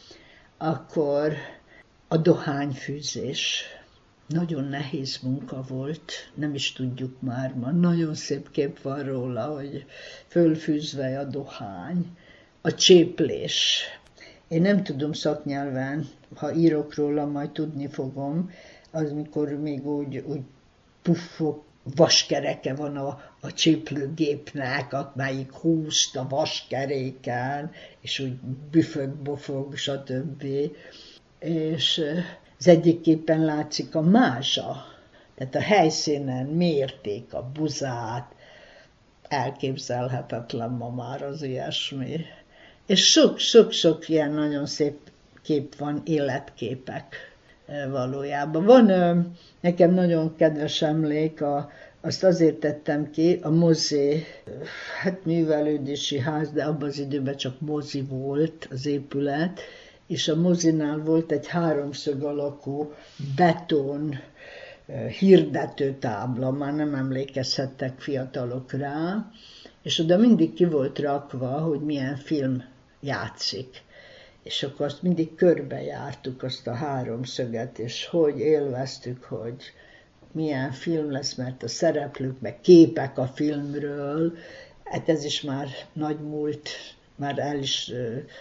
Akkor a dohányfűzés. Nagyon nehéz munka volt, nem is tudjuk már ma. Nagyon szép kép van róla, hogy fölfűzve a dohány. A cséplés. Én nem tudom szaknyelven, ha írok róla, majd tudni fogom, az mikor még úgy puffok, vaskereke van a cséplőgépnek, amelyik húzt a vaskeréken, és úgy büfög, stb. És az egyik képen látszik a mázsa, tehát a helyszínen mérték a buzát, elképzelhetetlen ma már az ilyesmi. És sok ilyen nagyon szép kép van, életképek valójában. Van nekem nagyon kedves emlék, azt azért tettem ki, a mozi, művelődési ház, de abban az időben csak mozi volt az épület, és a mozinál volt egy 3-szög alakú beton hirdetőtábla, már nem emlékezhettek fiatalok rá, és oda mindig ki volt rakva, hogy milyen film játszik. És akkor azt mindig körbejártuk, azt a 3-szöget, és hogy élveztük, hogy milyen film lesz, mert a szereplők, meg képek a filmről, hát ez is már nagy múlt, már el is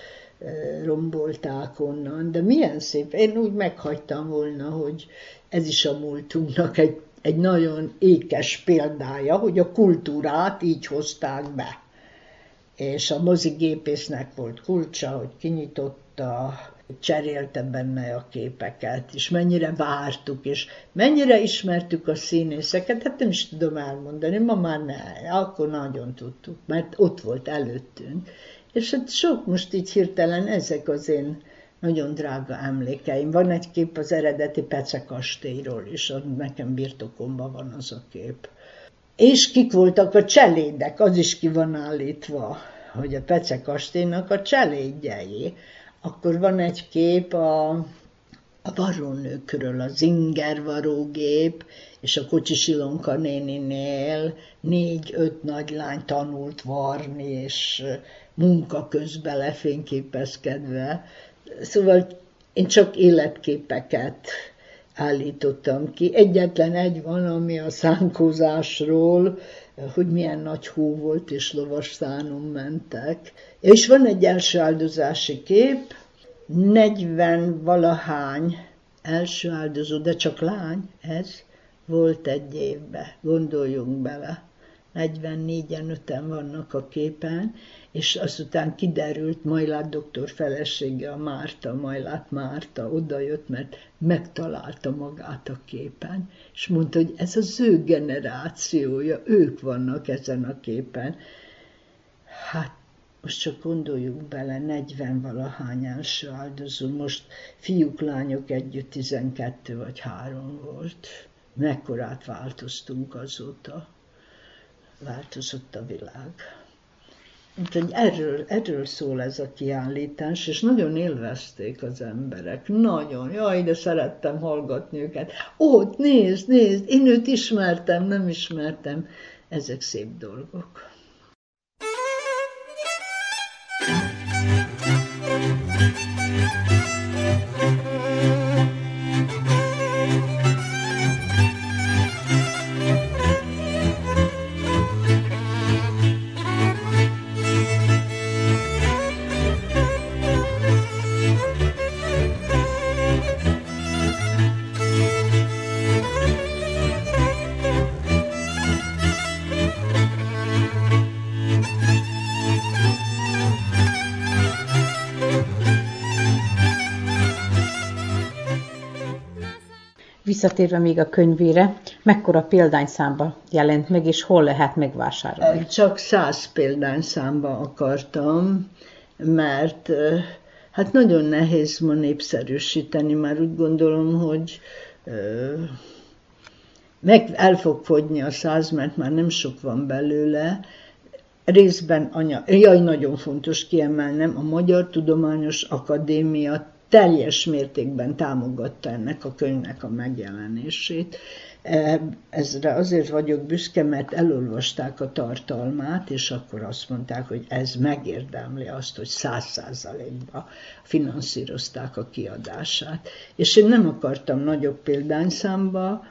rombolták onnan, de milyen szép, én úgy meghagytam volna, hogy ez is a múltunknak egy nagyon ékes példája, hogy a kultúrát így hozták be. És a mozigépésznek volt kulcsa, hogy kinyitotta, cserélte benne a képeket, és mennyire vártuk, és mennyire ismertük a színészeket, hát nem is tudom elmondani, ma már ne, akkor nagyon tudtuk, mert ott volt előttünk. És hát sok most így hirtelen ezek az én nagyon drága emlékeim. Van egy kép az eredeti Pece kastélyról is, nekem birtokomban van az a kép. És kik voltak a cselédek, az is ki van állítva, hogy a Pece kastélynak a cselédjei. Akkor van egy kép a varrónőkről, az ingervarógép, és a Kocsis Ilonka néninél 4-5 nagylány tanult varni, és munka közben lefényképezkedve. Szóval én csak életképeket állítottam ki. Egyetlen egy van, ami a szánkózásról, hogy milyen nagy hó volt, és lovasszánon mentek. És van egy első áldozási kép, 40-valahány első áldozó, de csak lány, ez volt egy évben, gondoljunk bele. 44-en, 5-en vannak a képen, és azután kiderült, Majlát doktor felesége, a Márta, Majlát Márta odajött, mert megtalálta magát a képen, és mondta, hogy ez az ő generációja, ők vannak ezen a képen. Hát most csak gondoljuk bele, 40-valahány első áldozó, most fiúk, lányok együtt 12 vagy 3 volt. Mekkorát változtunk azóta. változott a világ. Úgyhogy erről szól ez a kiállítás, és nagyon élvezték az emberek. Nagyon. Jaj, de szerettem hallgatni őket. Ó, nézd, én őt ismertem, nem ismertem. Ezek szép dolgok. Visszatérve még a könyvére, mekkora példányszámba jelent meg, és hol lehet megvásárolni? Csak 100 példányszámba akartam, mert hát nagyon nehéz ma népszerűsíteni, már úgy gondolom, hogy el fog fogyni a 100, mert már nem sok van belőle. Részben nagyon fontos kiemelnem, a Magyar Tudományos Akadémia teljes mértékben támogatta ennek a könyvnek a megjelenését. Ezre azért vagyok büszke, mert elolvasták a tartalmát, és akkor azt mondták, hogy ez megérdemli azt, hogy 100%-ba finanszírozták a kiadását. És én nem akartam nagyobb példányszámba,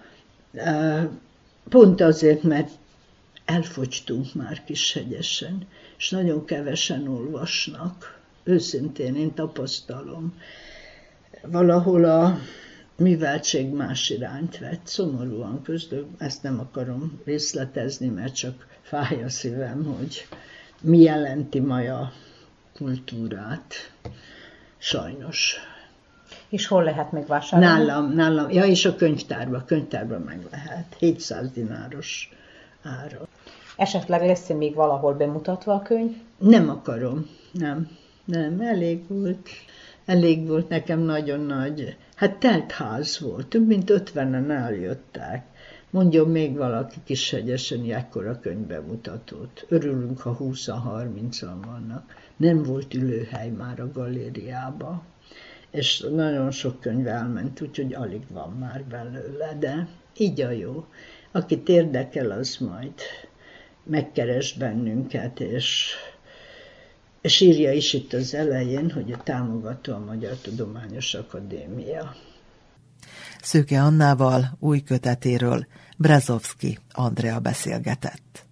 pont azért, mert elfogytunk már Kishegyesen, és nagyon kevesen olvasnak. Őszintén én tapasztalom. Valahol a műveltség más irányt vett, szomorúan közlök, ezt nem akarom részletezni, mert csak fáj a szívem, hogy mi jelenti majd a kultúrát. Sajnos. És hol lehet megvásárolni? Nálam, ja, és a könyvtárban meg lehet. 700 dináros ára. Esetleg lesz-e még valahol bemutatva a könyv? Nem akarom, nem, elég volt nekem nagyon nagy, hát telt ház volt, több mint 50-en eljöttek. Mondjon még valaki Kishegyesen ekkora könyvbemutatót. Örülünk, ha 20-30-an vannak. Nem volt ülőhely már a galériába, és nagyon sok könyv elment, úgyhogy alig van már belőle, de így a jó. Akit érdekel, az majd megkeres bennünket, és írja is itt az elején, hogy a támogató a Magyar Tudományos Akadémia. Szőke Annával új kötetéről Brezovszky Andrea beszélgetett.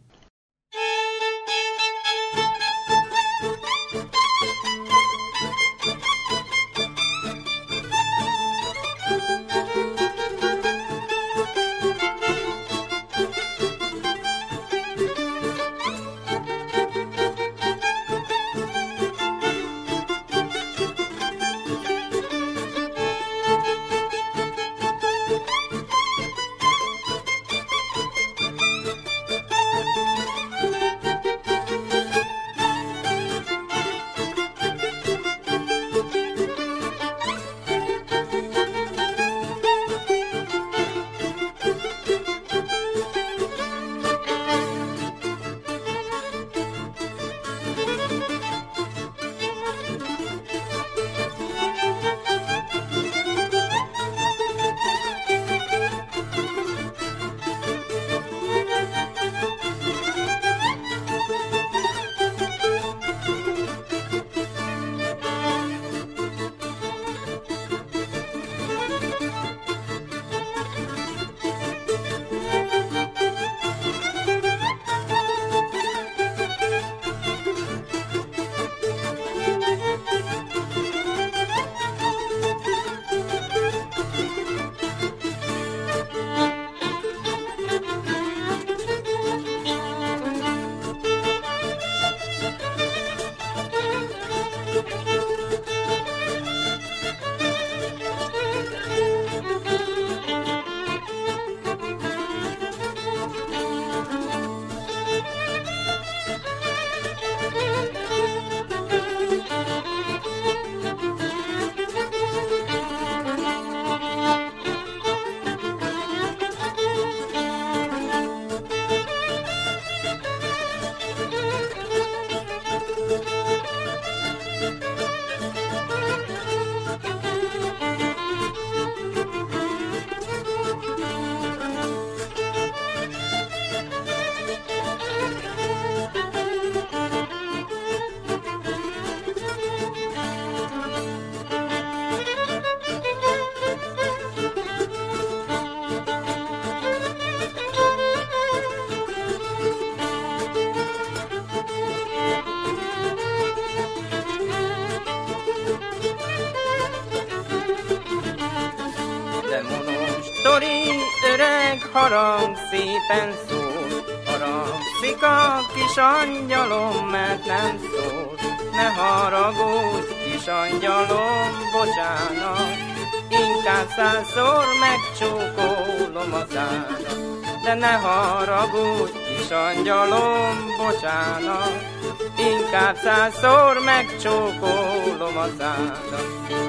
harang szépen szól, haragszik a kis angyalom, mert nem szól. Ne haragudj, kis angyalom, bocsánat, inkább 100-szor megcsókolom a szádat. De ne haragudj, kis angyalom, bocsánat, inkább 100-szor megcsókolom a szádat.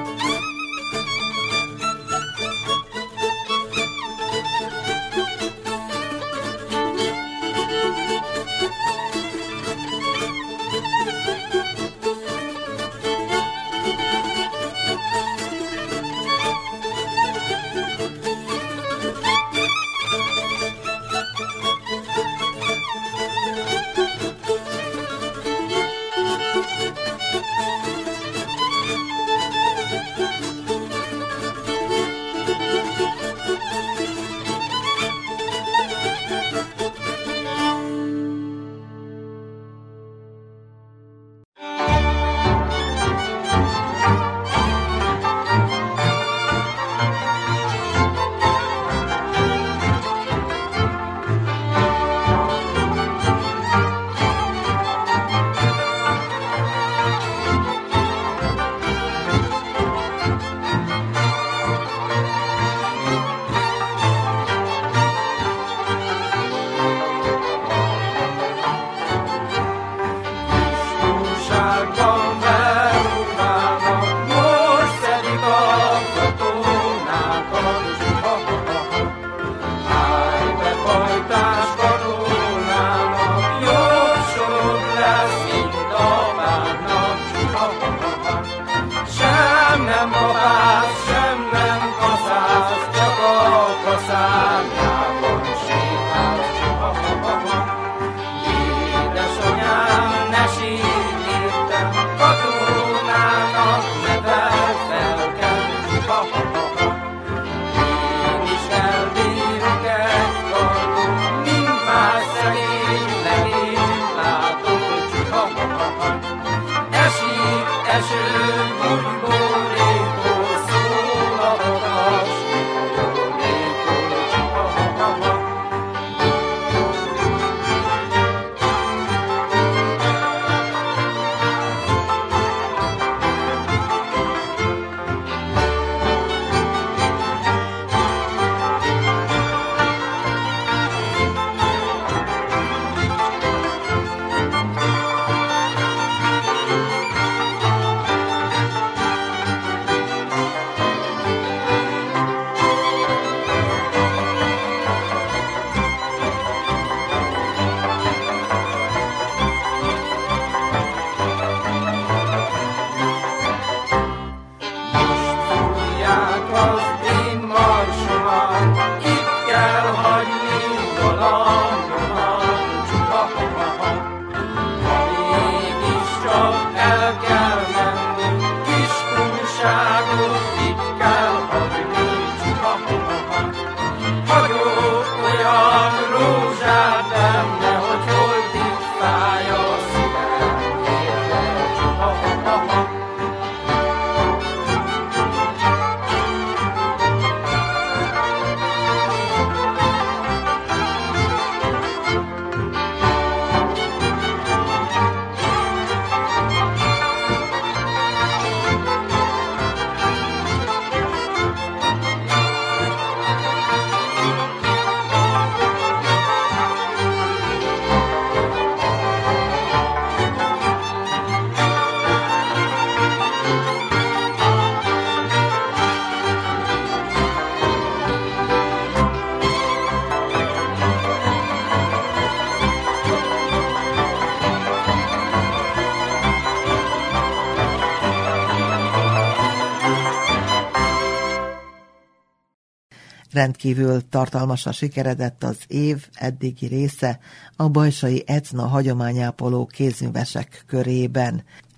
Rendkívül tartalmasra sikeredett az év eddigi része a bajsai etna hagyományápoló kézművesek körében.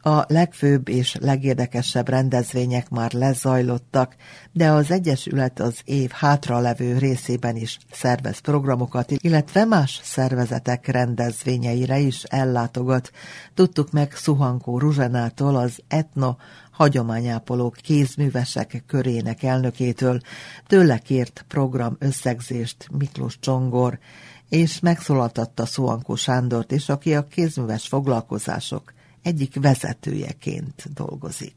A legfőbb és legérdekesebb rendezvények már lezajlottak, de az Egyesület az év hátralevő részében is szervez programokat, illetve más szervezetek rendezvényeire is ellátogat. Tudtuk meg Szuhankó Ruzsanától, az Etno hagyományápolók kézművesek körének elnökétől, tőle kért program összegzést Miklós Csongor, és megszólaltatta Szuhankó Sándort is, aki a kézműves foglalkozások egyik vezetőjeként dolgozik.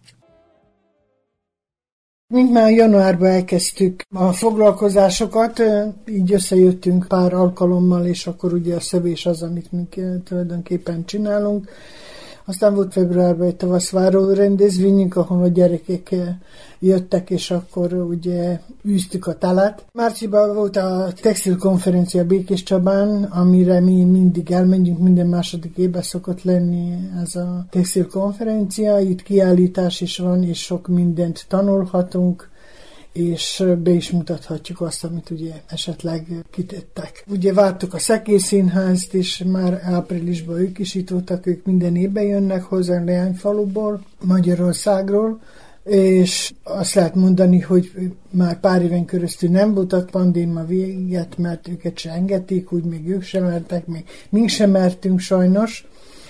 Mint már januárban elkezdtük a foglalkozásokat, így összejöttünk pár alkalommal, és akkor ugye a szövés az, amit mi tulajdonképpen csinálunk. Aztán volt februárban egy tavaszváró rendezvényünk, ahol a gyerekek jöttek, és akkor ugye űztük a talat. Márciusban volt a textilkonferencia Békéscsabán, amire mi mindig elmegyünk, minden második évben szokott lenni ez a textilkonferencia. Itt kiállítás is van, és sok mindent tanulhatunk, és be is mutathatjuk azt, amit ugye esetleg kitettek. Ugye vártuk a Szekély Színházt, és már áprilisban ők is itt voltak, ők minden évben jönnek hozzá Leányfaluból, Magyarországról, és azt lehet mondani, hogy már pár éven keresztül nem voltak pandémia véget, mert őket se engedték, úgy még ők sem mertek, még mink sem mertünk sajnos.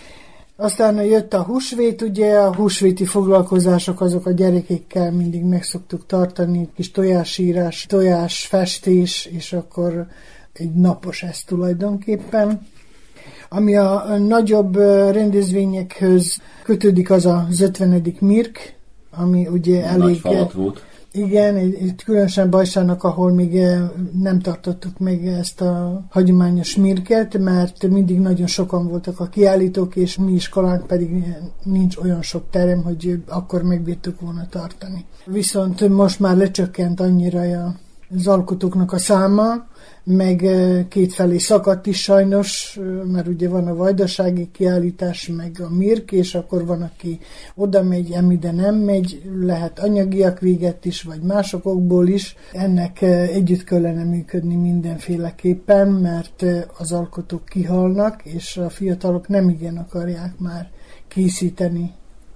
Aztán jött a húsvét, ugye a húsvéti foglalkozások, azok a gyerekekkel mindig meg szoktuk tartani, kis tojásírás, tojásfestés, és akkor egy napos ez tulajdonképpen. Ami a nagyobb rendezvényekhöz kötődik, az az 50. Mirk, ami ugye elég... Nagy falat volt. Igen, itt különösen Bajsának, ahol még nem tartottuk meg ezt a hagyományos mirket, mert mindig nagyon sokan voltak a kiállítók, és mi iskolánk pedig nincs olyan sok terem, hogy akkor megbírtuk volna tartani. Viszont most már lecsökkent annyira az alkotóknak a száma, meg kétfelé szakadt is sajnos, mert ugye van a vajdasági kiállítás, meg a mirk, és akkor van, aki oda megy, ide nem megy, lehet anyagiak véget is, vagy másokból is. Ennek együtt kellene működni mindenféleképpen, mert az alkotók kihalnak, és a fiatalok nem igen akarják már készíteni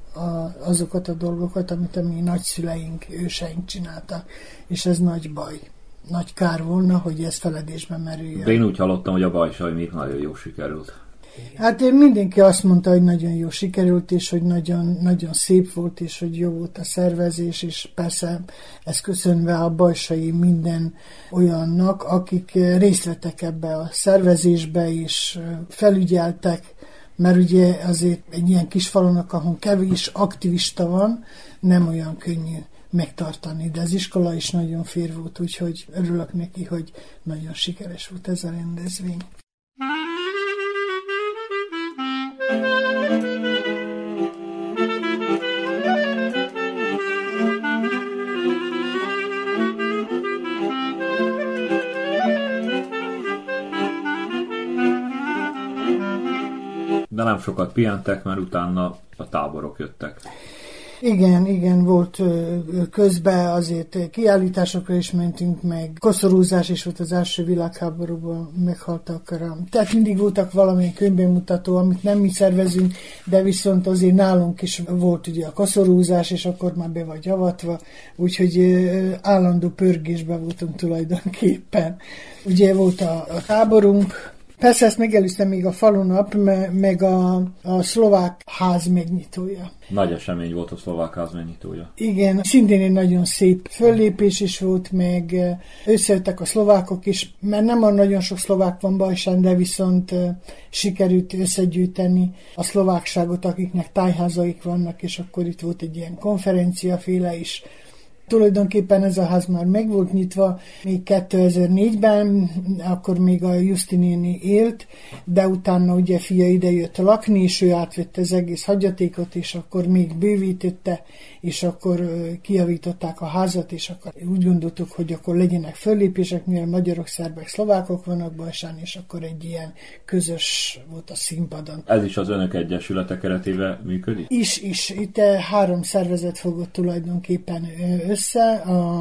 azokat a dolgokat, amit a mi nagyszüleink, őseink csináltak, és ez nagy baj. Nagy kár volna, hogy ez feledésbe merüljön. De én úgy hallottam, hogy a Bajsai még nagyon jó sikerült. Hát mindenki azt mondta, hogy nagyon jó sikerült, és hogy nagyon, nagyon szép volt, és hogy jó volt a szervezés, és persze ez köszönve a bajsai minden olyannak, akik részt vettek ebbe a szervezésbe, és felügyeltek, mert ugye azért egy ilyen kis falunak, ahol kevés aktivista van, nem olyan könnyű megtartani, de az iskola is nagyon fér volt, úgyhogy örülök neki, hogy nagyon sikeres volt ez a rendezvény. De nem sokat pihentek, mert utána a táborok jöttek. Igen, volt közben azért kiállításokra is mentünk meg. Koszorúzás is volt az első világháborúban, meghaltak rá. Tehát mindig voltak valamilyen könyvbemutató, amit nem mi szervezünk, de viszont azért nálunk is volt ugye a koszorúzás, és akkor már be vagy avatva, úgyhogy állandó pörgésben voltunk tulajdonképpen. Ugye volt a táborunk. Persze ezt megelőzte még a falunap, meg a szlovák ház megnyitója. Nagy esemény volt a szlovák ház megnyitója. Igen, szintén egy nagyon szép föllépés is volt, meg összejöttek a szlovákok is, mert nem olyan nagyon sok szlovák van Bajsán, de viszont sikerült összegyűjteni a szlovákságot, akiknek tájházaik vannak, és akkor itt volt egy ilyen konferenciaféle is. Tulajdonképpen ez a ház már meg volt nyitva még 2004-ben, akkor még a Juszti néni élt, de utána ugye fia idejött lakni, és ő átvette az egész hagyatékot, és akkor még bővítette, és akkor kijavították a házat, és akkor úgy gondoltuk, hogy akkor legyenek föllépések, mivel magyarok, szerbek, szlovákok vannak Bajsán, és akkor egy ilyen közös volt a színpadon. Ez is az Önök Egyesülete keretében működik? Is. Itt 3 szervezet fogott tulajdonképpen össze, a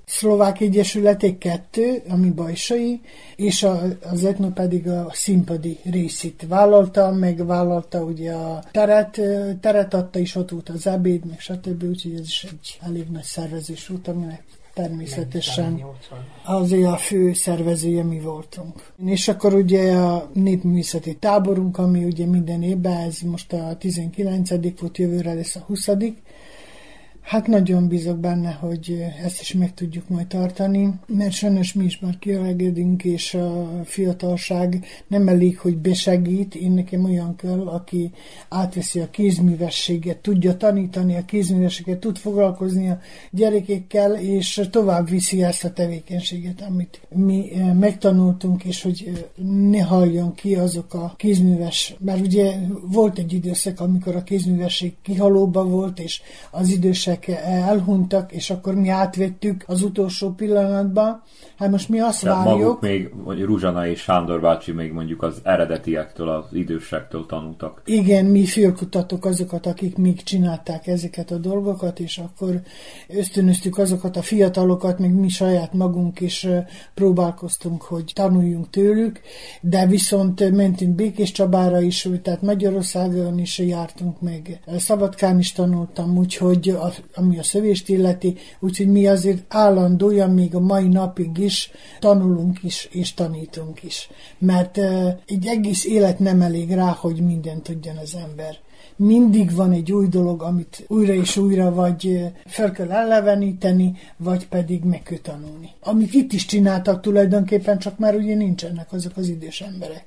szlovák egyesületek 2, ami bajsai, és az Etno pedig a színpadi részét vállalta ugye a teret adta, és ott volt az ebéd, meg stb. Úgyhogy ez is egy elég nagy szervezés volt, aminek természetesen azért a fő szervezője mi voltunk. És akkor ugye a népművészeti táborunk, ami ugye minden évben, ez most a 19. volt, jövőre lesz a 20. Hát nagyon bízok benne, hogy ezt is meg tudjuk majd tartani, mert sajnos mi is már kiöregedünk, és a fiatalság nem elég, hogy besegít. Én nekem olyan kell, aki átveszi a kézművességet, tudja tanítani a kézművességet, tud foglalkozni a gyerekekkel, és tovább viszi ezt a tevékenységet, amit mi megtanultunk, és hogy ne halljon ki azok a kézműves. Mert ugye volt egy időszak, amikor a kézművesség kihalóba volt, és az idősek elhunytak, és akkor mi átvettük az utolsó pillanatban. Hát most mi azt várjuk... Maguk még, vagy Ruzsana és Sándor bácsi még mondjuk az eredetiektől, az idősektől tanultak. Igen, mi fölkutatok azokat, akik még csinálták ezeket a dolgokat, és akkor ösztönöztük azokat a fiatalokat, meg mi saját magunk is próbálkoztunk, hogy tanuljunk tőlük, de viszont mentünk Békéscsabára is, tehát Magyarországon is jártunk, meg Szabadkán is tanultam, úgyhogy ami a szövést illeti, úgyhogy mi azért állandóan még a mai napig is tanulunk is, és tanítunk is. Mert egy egész élet nem elég rá, hogy mindent tudjon az ember. Mindig van egy új dolog, amit újra és újra vagy fel kell elleveníteni, vagy pedig meg kell tanulni. Amit itt is csináltak tulajdonképpen, csak már ugye nincsenek azok az idős emberek.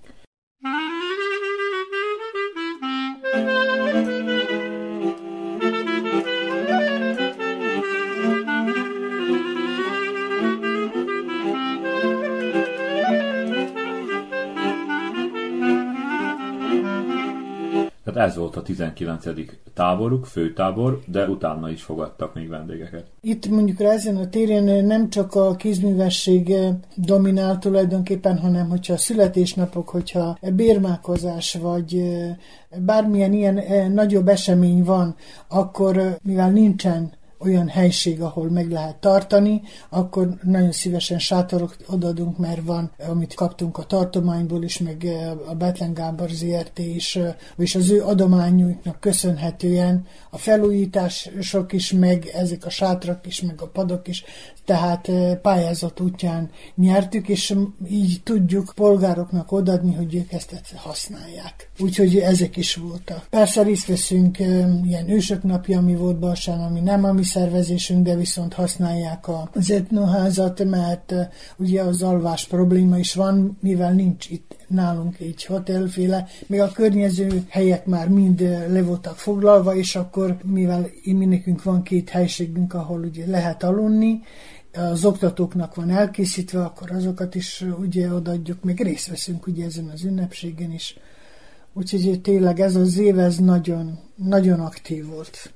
Tehát ez volt a 19. táboruk, főtábor, de utána is fogadtak még vendégeket. Itt mondjuk ezen a téren nem csak a kézművesség dominál tulajdonképpen, hanem hogyha a születésnapok, hogyha bérmálkozás, vagy bármilyen ilyen nagyobb esemény van, akkor mivel nincsen olyan helység, ahol meg lehet tartani, akkor nagyon szívesen sátorokat odaadunk, mert van, amit kaptunk a tartományból is, meg a Bethlen Gábor ZRT is, és az ő adományuknak köszönhetően a felújítások is, meg ezek a sátrak is, meg a padok is, tehát pályázat útján nyertük, és így tudjuk polgároknak odaadni, hogy ők ezt használják. Úgyhogy ezek is voltak. Persze részt veszünk ilyen ősök napja, ami volt Balsán, ami nem a mi szervezésünk, de viszont használják az etnoházat, mert ugye az alvás probléma is van, mivel nincs itt nálunk egy hotelféle, még a környező helyek már mind le voltak foglalva, és akkor mivel mi nekünk van 2 helységünk, ahol ugye lehet aludni, az oktatóknak van elkészítve, akkor azokat is ugye odaadjuk, még részt veszünk ugye ezen az ünnepségen is. Úgyhogy tényleg ez az év, ez nagyon, nagyon aktív volt.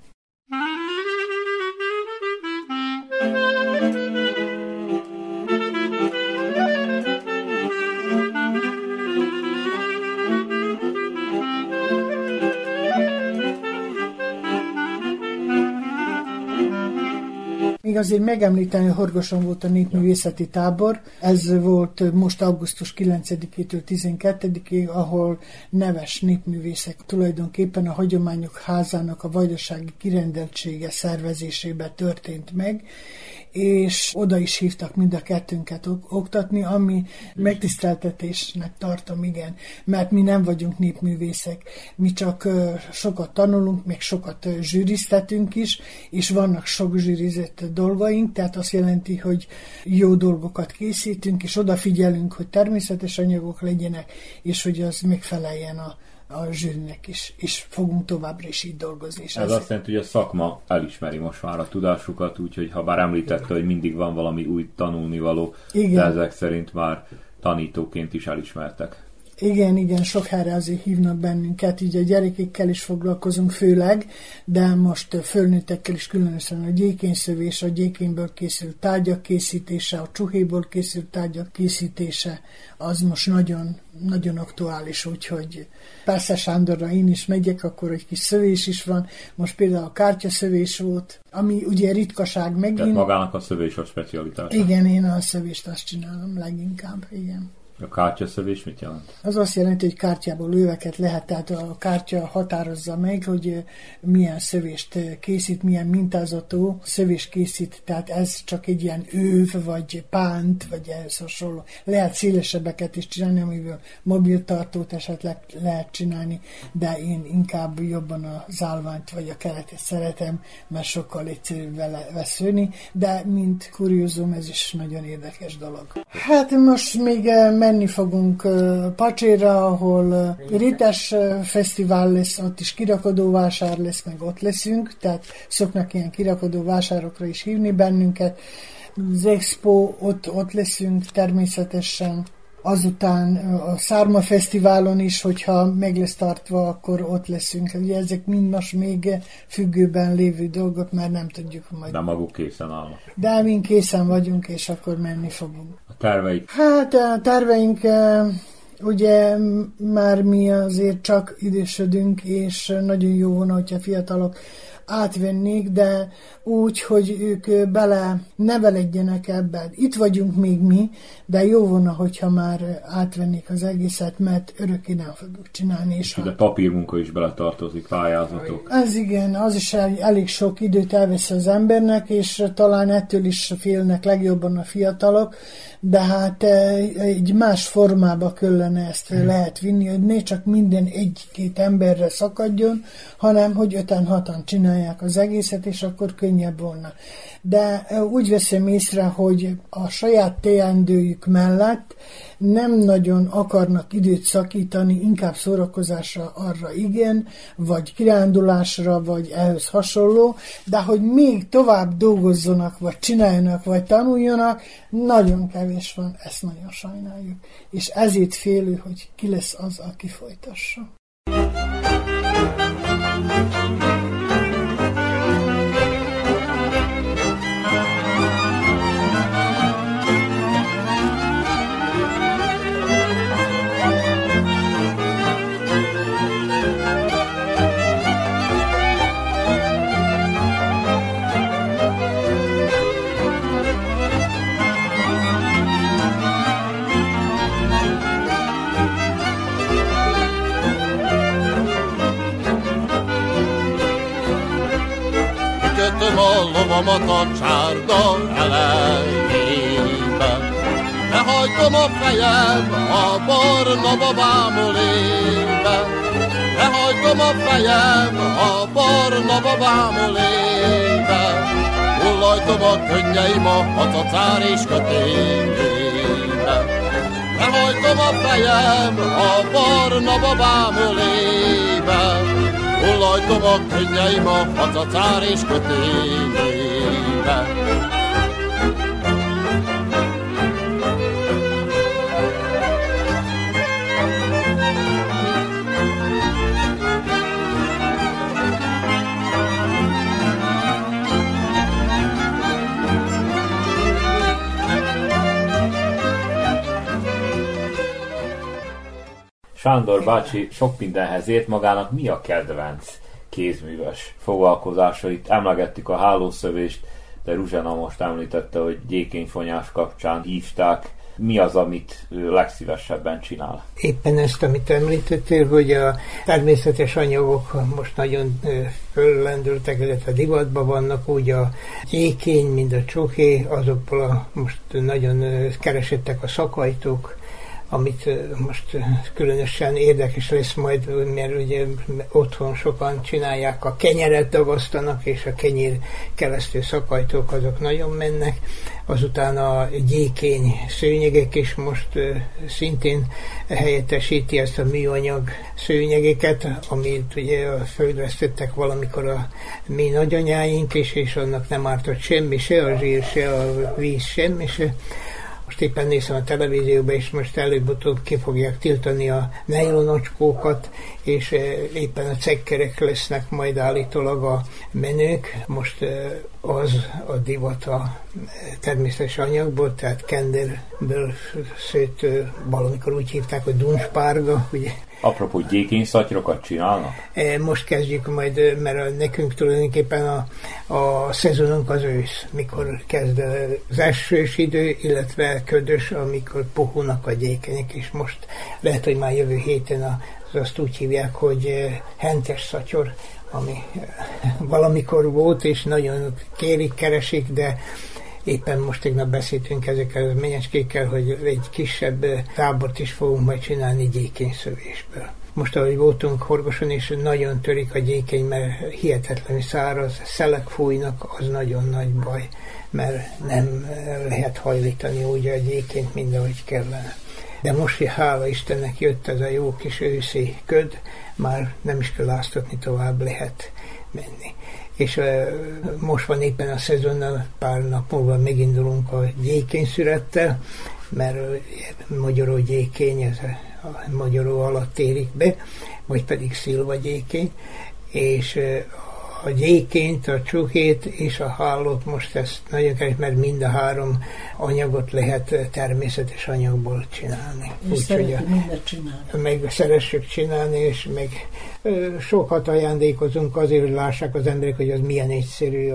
Még azért megemlíteni, hogy Horgoson volt a népművészeti tábor. Ez volt most augusztus 9-től 12-ig, ahol neves népművészek tulajdonképpen a Hagyományok Házának a vajdasági kirendeltsége szervezésében történt meg, és oda is hívtak mind a kettőnket oktatni, ami megtiszteltetésnek tartom, igen, mert mi nem vagyunk népművészek, mi csak sokat tanulunk, meg sokat zsűriztetünk is, és vannak sok zsűrizett dolgaink, tehát azt jelenti, hogy jó dolgokat készítünk, és odafigyelünk, hogy természetes anyagok legyenek, és hogy az megfeleljen a zsűrinek is, és fogunk továbbra is így dolgozni. Ez azt jelenti, hogy a szakma elismeri most már a tudásukat, úgyhogy ha bár említette, hogy mindig van valami új tanulnivaló, de ezek szerint már tanítóként is elismertek. Igen, sok helyre azért hívnak bennünket, így a gyerekekkel is foglalkozunk főleg, de most fölnőttekkel is különösen a gyékényszövés, a gyékényből készült tárgyak készítése, a csuhéból készült tárgyak készítése, az most nagyon, nagyon aktuális, úgyhogy persze Sándorra én is megyek, akkor egy kis szövés is van, most például a kártyaszövés volt, ami ugye ritkaság megint. Tehát magának a szövés a specialitás. Igen, én a szövést azt csinálom leginkább, igen. A kártyaszövés mit jelent? Az azt jelenti, hogy kártyából löveket lehet, tehát a kártya határozza meg, hogy milyen szövést készít, milyen mintázatú szövést készít, tehát ez csak egy ilyen őv, vagy pánt, vagy ehhez hasonló. Lehet szélesebbeket is csinálni, amiből mobiltartót esetleg lehet csinálni, de én inkább jobban az állványt vagy a keretet szeretem, mert sokkal egyszerűbb vele veszőni, de mint kuriózum ez is nagyon érdekes dolog. Hát most még menni fogunk Pacséra, ahol Rites fesztivál lesz, ott is kirakodóvásár lesz, meg ott leszünk, tehát szoknak ilyen kirakodóvásárokra is hívni bennünket. Az Expo, ott leszünk természetesen. Azután a Szárma Fesztiválon is, hogyha meg lesz tartva, akkor ott leszünk. Ugye ezek mind most még függőben lévő dolgok, mert nem tudjuk majd. De maguk készen állnak. De mi készen vagyunk, és akkor menni fogunk. A terveik? Hát a terveink, ugye már mi azért csak idősödünk, és nagyon jó volna, hogyha fiatalok átvennék, de úgy, hogy ők bele neveledjenek ebben. Itt vagyunk még mi, de jó volna, hogyha már átvennék az egészet, mert örökké nem fogjuk csinálni. És ide papírmunka is beletartozik, pályázatok. Ez igen, az is elég sok időt elvesz az embernek, és talán ettől is félnek legjobban a fiatalok, de hát egy más formába kellene ezt lehet vinni, hogy ne csak minden egy-két emberre szakadjon, hanem hogy 5-6-an csinálják az egészet, és akkor könnyebb volna. De úgy veszem észre, hogy a saját teendőjük mellett nem nagyon akarnak időt szakítani, inkább szórakozásra arra igen, vagy kirándulásra, vagy ehhez hasonló, de hogy még tovább dolgozzanak, vagy csináljanak, vagy tanuljanak, nagyon kevés van, ezt nagyon sajnáljuk. És ezért félő, hogy ki lesz az, aki folytassa. Kötöm a lovamat a csárda elejébe, ne hajtom a fejem a barna babám ölébe, ne hajtom a fejem a barna babám ölébe, hullajtom a könnyeim a hatacár és kötélébe, ne hajtom a fejem a barna babám ölébe, hullajtom a könnyeim a hatacár és kötélébe. Sándor bácsi sok mindenhez ért, magának mi a kedvenc kézműves foglalkozása? Itt emlegettük a hálószövést, de Ruzsana most említette, hogy gyékényfonyás kapcsán hívták. Mi az, amit ő legszívesebben csinál? Éppen ezt, amit említettél, hogy a természetes anyagok most nagyon föllendültek, illetve divatban vannak, úgy a gyékény, mint a csuhé, azokból most nagyon keresettek a szakajtók, amit most különösen érdekes lesz majd, mert ugye otthon sokan csinálják, a kenyeret dagasztanak, és a kenyér keresztül szakajtók azok nagyon mennek. Azután a gyékény szőnyegek is most szintén helyettesíti ezt a műanyag szőnyegeket, amit ugye földvesztettek valamikor a mi nagyanyáink is, és annak nem ártott semmi, se a zsír, se a víz, semmi se. Most éppen nézem a televízióban, és most előbb-utóbb ki fogják tiltani a nejlonocskókat, és éppen a cekkerek lesznek majd állítólag a menők. Most az a divat a természetes anyagból, tehát kenderből szőtt, valamikor úgy hívták, hogy dunspárga, ugye. Apropó, gyékényszatyrokat csinálnak? Most kezdjük majd, mert nekünk tulajdonképpen a szezonunk az ősz, mikor kezd az esős idő, illetve ködös, amikor puhulnak a gyékenyek, és most lehet, hogy már jövő héten azt úgy hívják, hogy hentes szatyor, ami valamikor volt, és nagyon kérik, keresik, de éppen most tegnap beszéltünk ezekkel a menyecskékkel, hogy egy kisebb tábort is fogunk majd csinálni gyékényszövésből. Most, ahogy voltunk Horgoson, és nagyon törik a gyékeny, mert hihetetlenül száraz, szelek fújnak, az nagyon nagy baj, mert nem lehet hajlítani úgy a gyékényt, mint ahogy kellene. De most, hogy hála Istennek jött ez a jó kis őszi köd, már nem is kell áztatni, tovább lehet menni. És most van éppen a szezonnal, pár nap múlva megindulunk a gyékényszürettel, mert magyaró gyékény, ez a magyaró alatt érik be, vagy pedig szilva gyékény, és a gyékényt, a csuhét és a hálót most ezt nagyon keres, mert mind a három anyagot lehet természetes anyagból csinálni. És szeretjük mindet csinálni. Meg szeressük csinálni, és meg sokat ajándékozunk azért, hogy lássák az emberek, hogy az milyen egyszerű.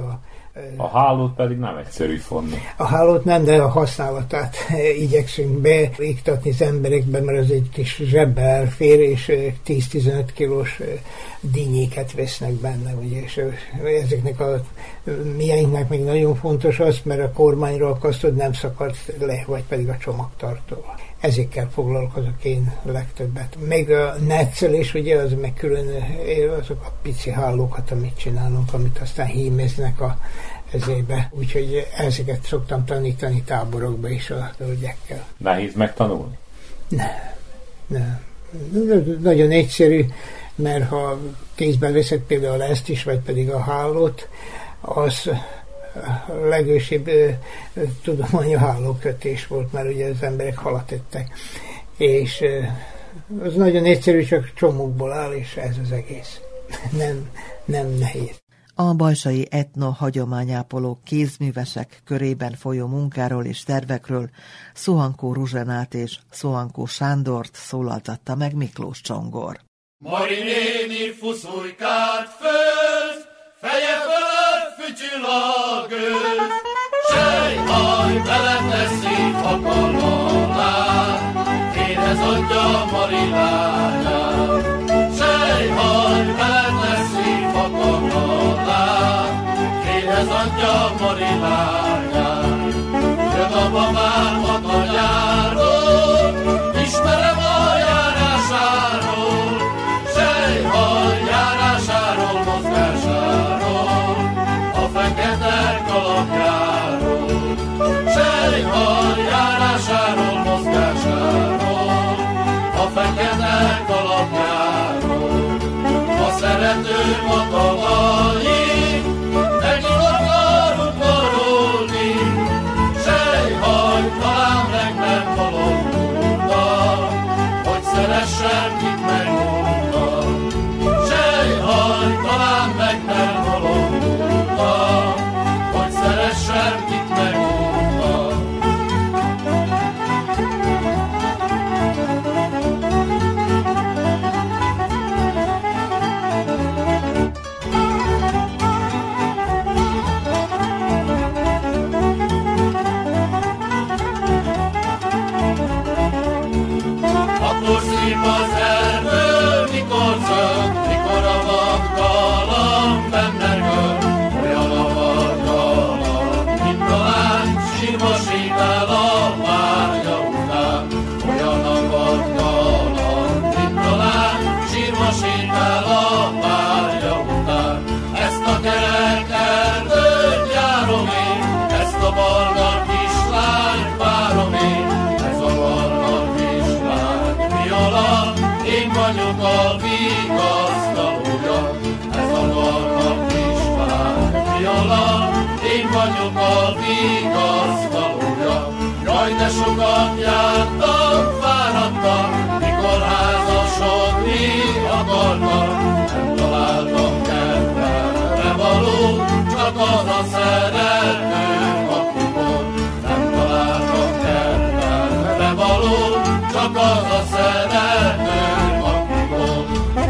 A hálót pedig nem egyszerű fonni. A hálót nem, de a használatát igyekszünk beiktatni az emberekbe, mert az egy kis zsebbe elfér, és 10-15 kilós dinnyéket vesznek benne, ugye, és ezeknek a mieinknek még nagyon fontos az, mert a kormányra akasztod nem szakad le, vagy pedig a csomagtartóval. Ezekkel foglalkozok én legtöbbet. Meg a netszelés, ugye, az meg külön azok a pici hálókat, amit csinálunk, amit aztán hímeznek a ezébe. Úgyhogy ezeket szoktam tanítani táborokba is a hölgyekkel. Nehéz megtanulni? Nem. Nagyon egyszerű, mert ha kézben veszed például ezt is, vagy pedig a hálót, az legősibb tudomány a hálókötés volt, mert ugye az emberek halat ettek. És az nagyon egyszerű, csak csomókból áll, és ez az egész. Nem nehéz. A bajsai etno-hagyományápoló kézművesek körében folyó munkáról és tervekről Szuhankó Ruzsanát és Szuhankó Sándort szólaltatta meg Miklós Csongor. Mari néni fuszulykát főz, feje fölött fütyül a gőz, sejhaj veled teszi a kallalát, kéhez adja Mari lányát. Sejhaj veled teszi a kallalát, kéhez adja Mari lányát. Jön a babám a tanyáról, ismerem a járásáról, sejhaj járásáról, mozgásáról, a fekete kalapjáról. Sejhaj járásáról, mozgásáról, a fekete kalapjáról. A szerető a tavalyi, megint akarunk marolni, sejhaj talán meg nem valódna, hogy szeressem, kit megmondta. Sejhaj talán meg nem valódna, hogy szeressem, kit megmondta. Akkor szép az erdő, mikor zöld, mikor a vad galamb benne göl, olyan a vad galamb, mint a lány, sírva sétál a várja után. Olyan a vad galamb, mint a lány, sírva sétál a várja után. Ezt a kerek erdőt járom én, ezt a barna kislányt várom én, ez a barna kislány viola, én vagyok a vigasztalója. Ez a barna kislány viola, én vagyok a vigasztalója. Jaj, de sokat jártam, fáradtam, mikor házasodni akartam. Nem találtam kedvemre való, csak az a szerető, aki volt. Nem találtam kedvemre való, csak az a szerető, aki volt.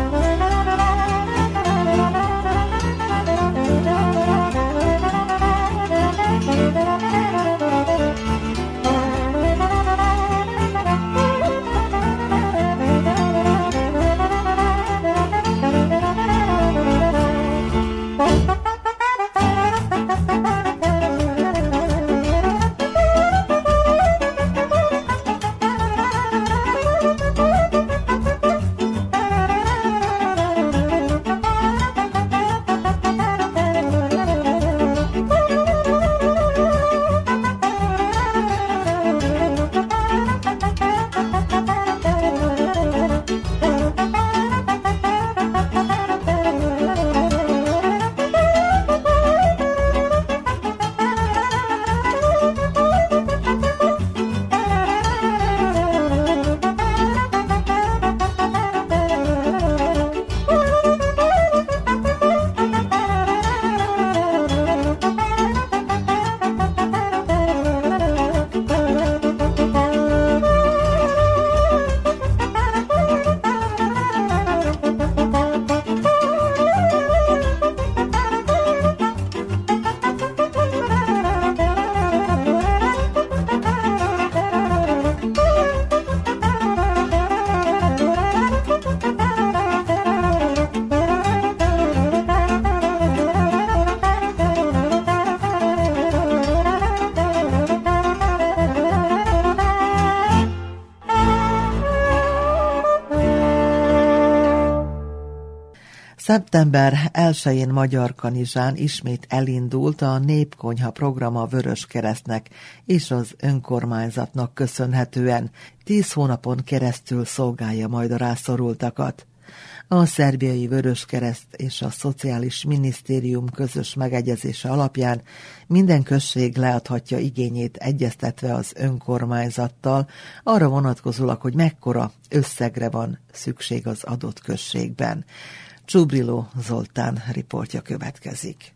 Szeptember 1-én Magyarkanizsán ismét elindult a Népkonyha program a Vöröskeresztnek és az önkormányzatnak köszönhetően. 10 hónapon keresztül szolgálja majd a rászorultakat. A szerbiai Vöröskereszt és a Szociális Minisztérium közös megegyezése alapján minden község leadhatja igényét egyeztetve az önkormányzattal, arra vonatkozólag, hogy mekkora összegre van szükség az adott községben. Csubriló Zoltán riportja következik.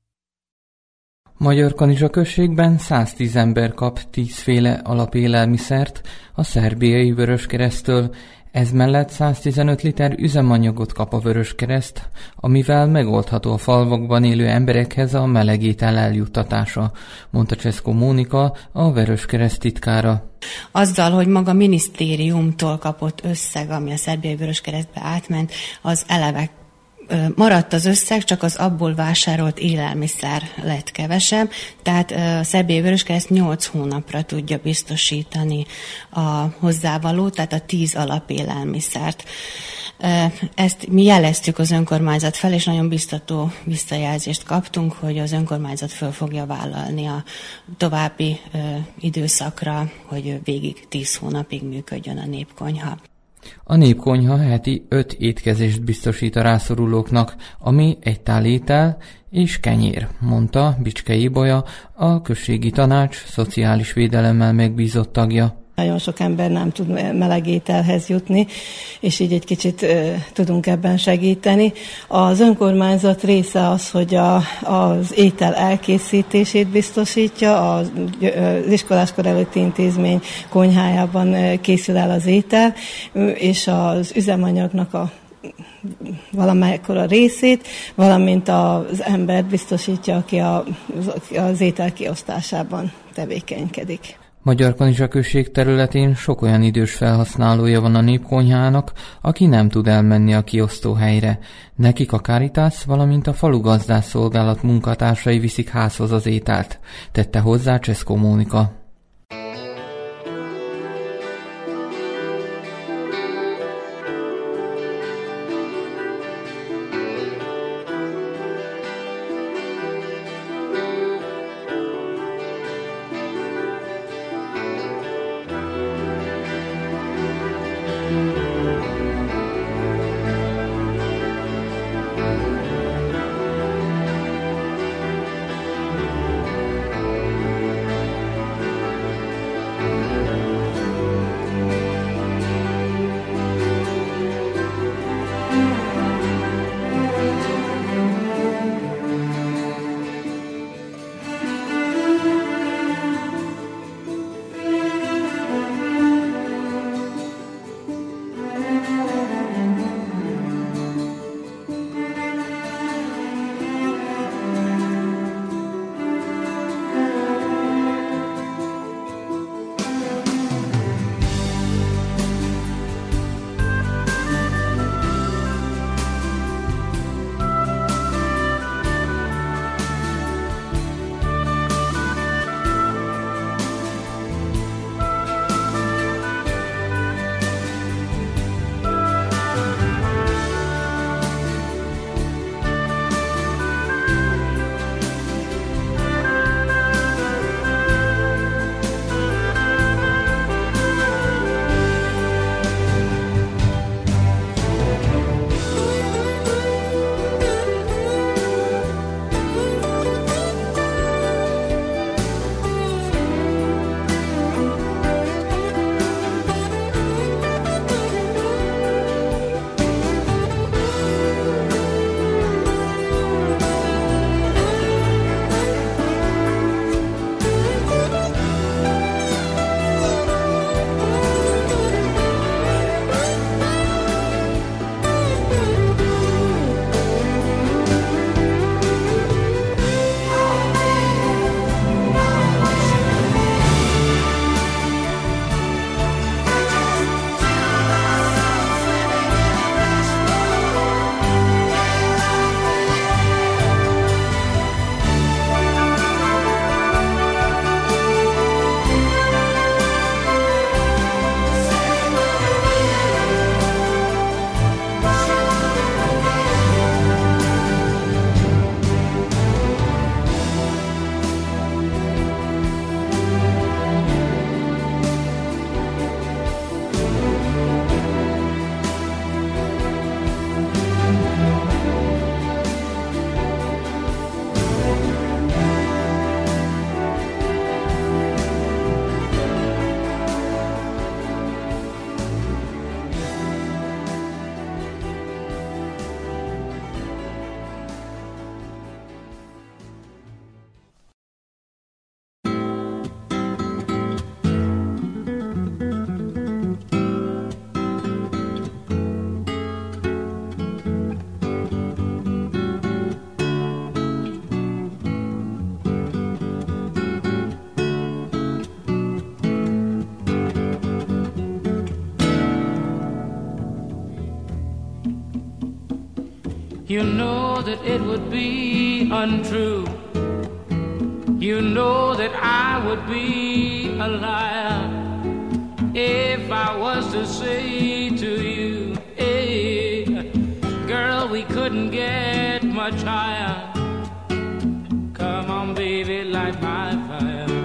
Magyarkanizsa községben 110 ember kap 10 féle alapélelmiszert a szerbiai Vöröskereszttől, ez mellett 115 liter üzemanyagot kap a Vöröskereszt, amivel megoldható a falvakban élő emberekhez a meleg étel eljuttatása, mondta Cseszkó Mónika, a Vöröskereszt titkára. Azzal, hogy maga minisztériumtól kapott összeg, ami a szerbiai Vöröskeresztbe átment, az eleve maradt az összeg, csak az abból vásárolt élelmiszer lett kevesebb, tehát a szerbiai Vöröskereszt 8 hónapra tudja biztosítani a hozzávalót, tehát a 10 alapélelmiszert. Ezt mi jeleztük az önkormányzat fel, és nagyon biztató visszajelzést kaptunk, hogy az önkormányzat föl fogja vállalni a további időszakra, hogy végig 10 hónapig működjön a népkonyha. A népkonyha heti 5 étkezést biztosít a rászorulóknak, ami egy tál étel és kenyér, mondta Bicskei Ibolya, a községi tanács szociális védelemmel megbízott tagja. Nagyon sok ember nem tud meleg ételhez jutni, és így egy kicsit tudunk ebben segíteni. Az önkormányzat része az, hogy az étel elkészítését biztosítja, az iskoláskor előtti intézmény konyhájában készül el az étel, és az üzemanyagnak a valamelyekkora részét, valamint az embert biztosítja, aki az étel kiosztásában tevékenykedik. Magyarkanizsa község területén sok olyan idős felhasználója van a népkonyhának, aki nem tud elmenni a kiosztóhelyre. Nekik a Caritas, valamint a falugazdászszolgálat munkatársai viszik házhoz az ételt, tette hozzá Cseszkó Mónika. You know that it would be untrue. You know that I would be a liar if I was to say to you, hey, girl, we couldn't get much higher. Come on, baby, light my fire.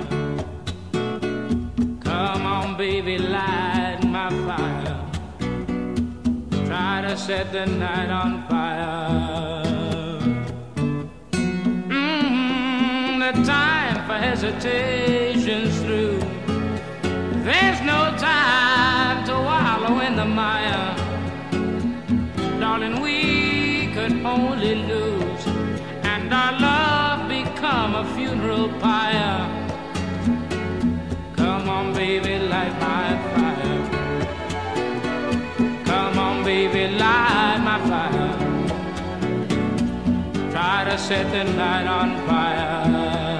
Come on, baby, light my fire. Try to set the night on fire. The time for hesitation's through. There's no time to wallow in the mire. Darling, we could only lose, and our love become a funeral pyre. Come on, baby, light my fire. Come on, baby, light my fire. Try to set the night on fire.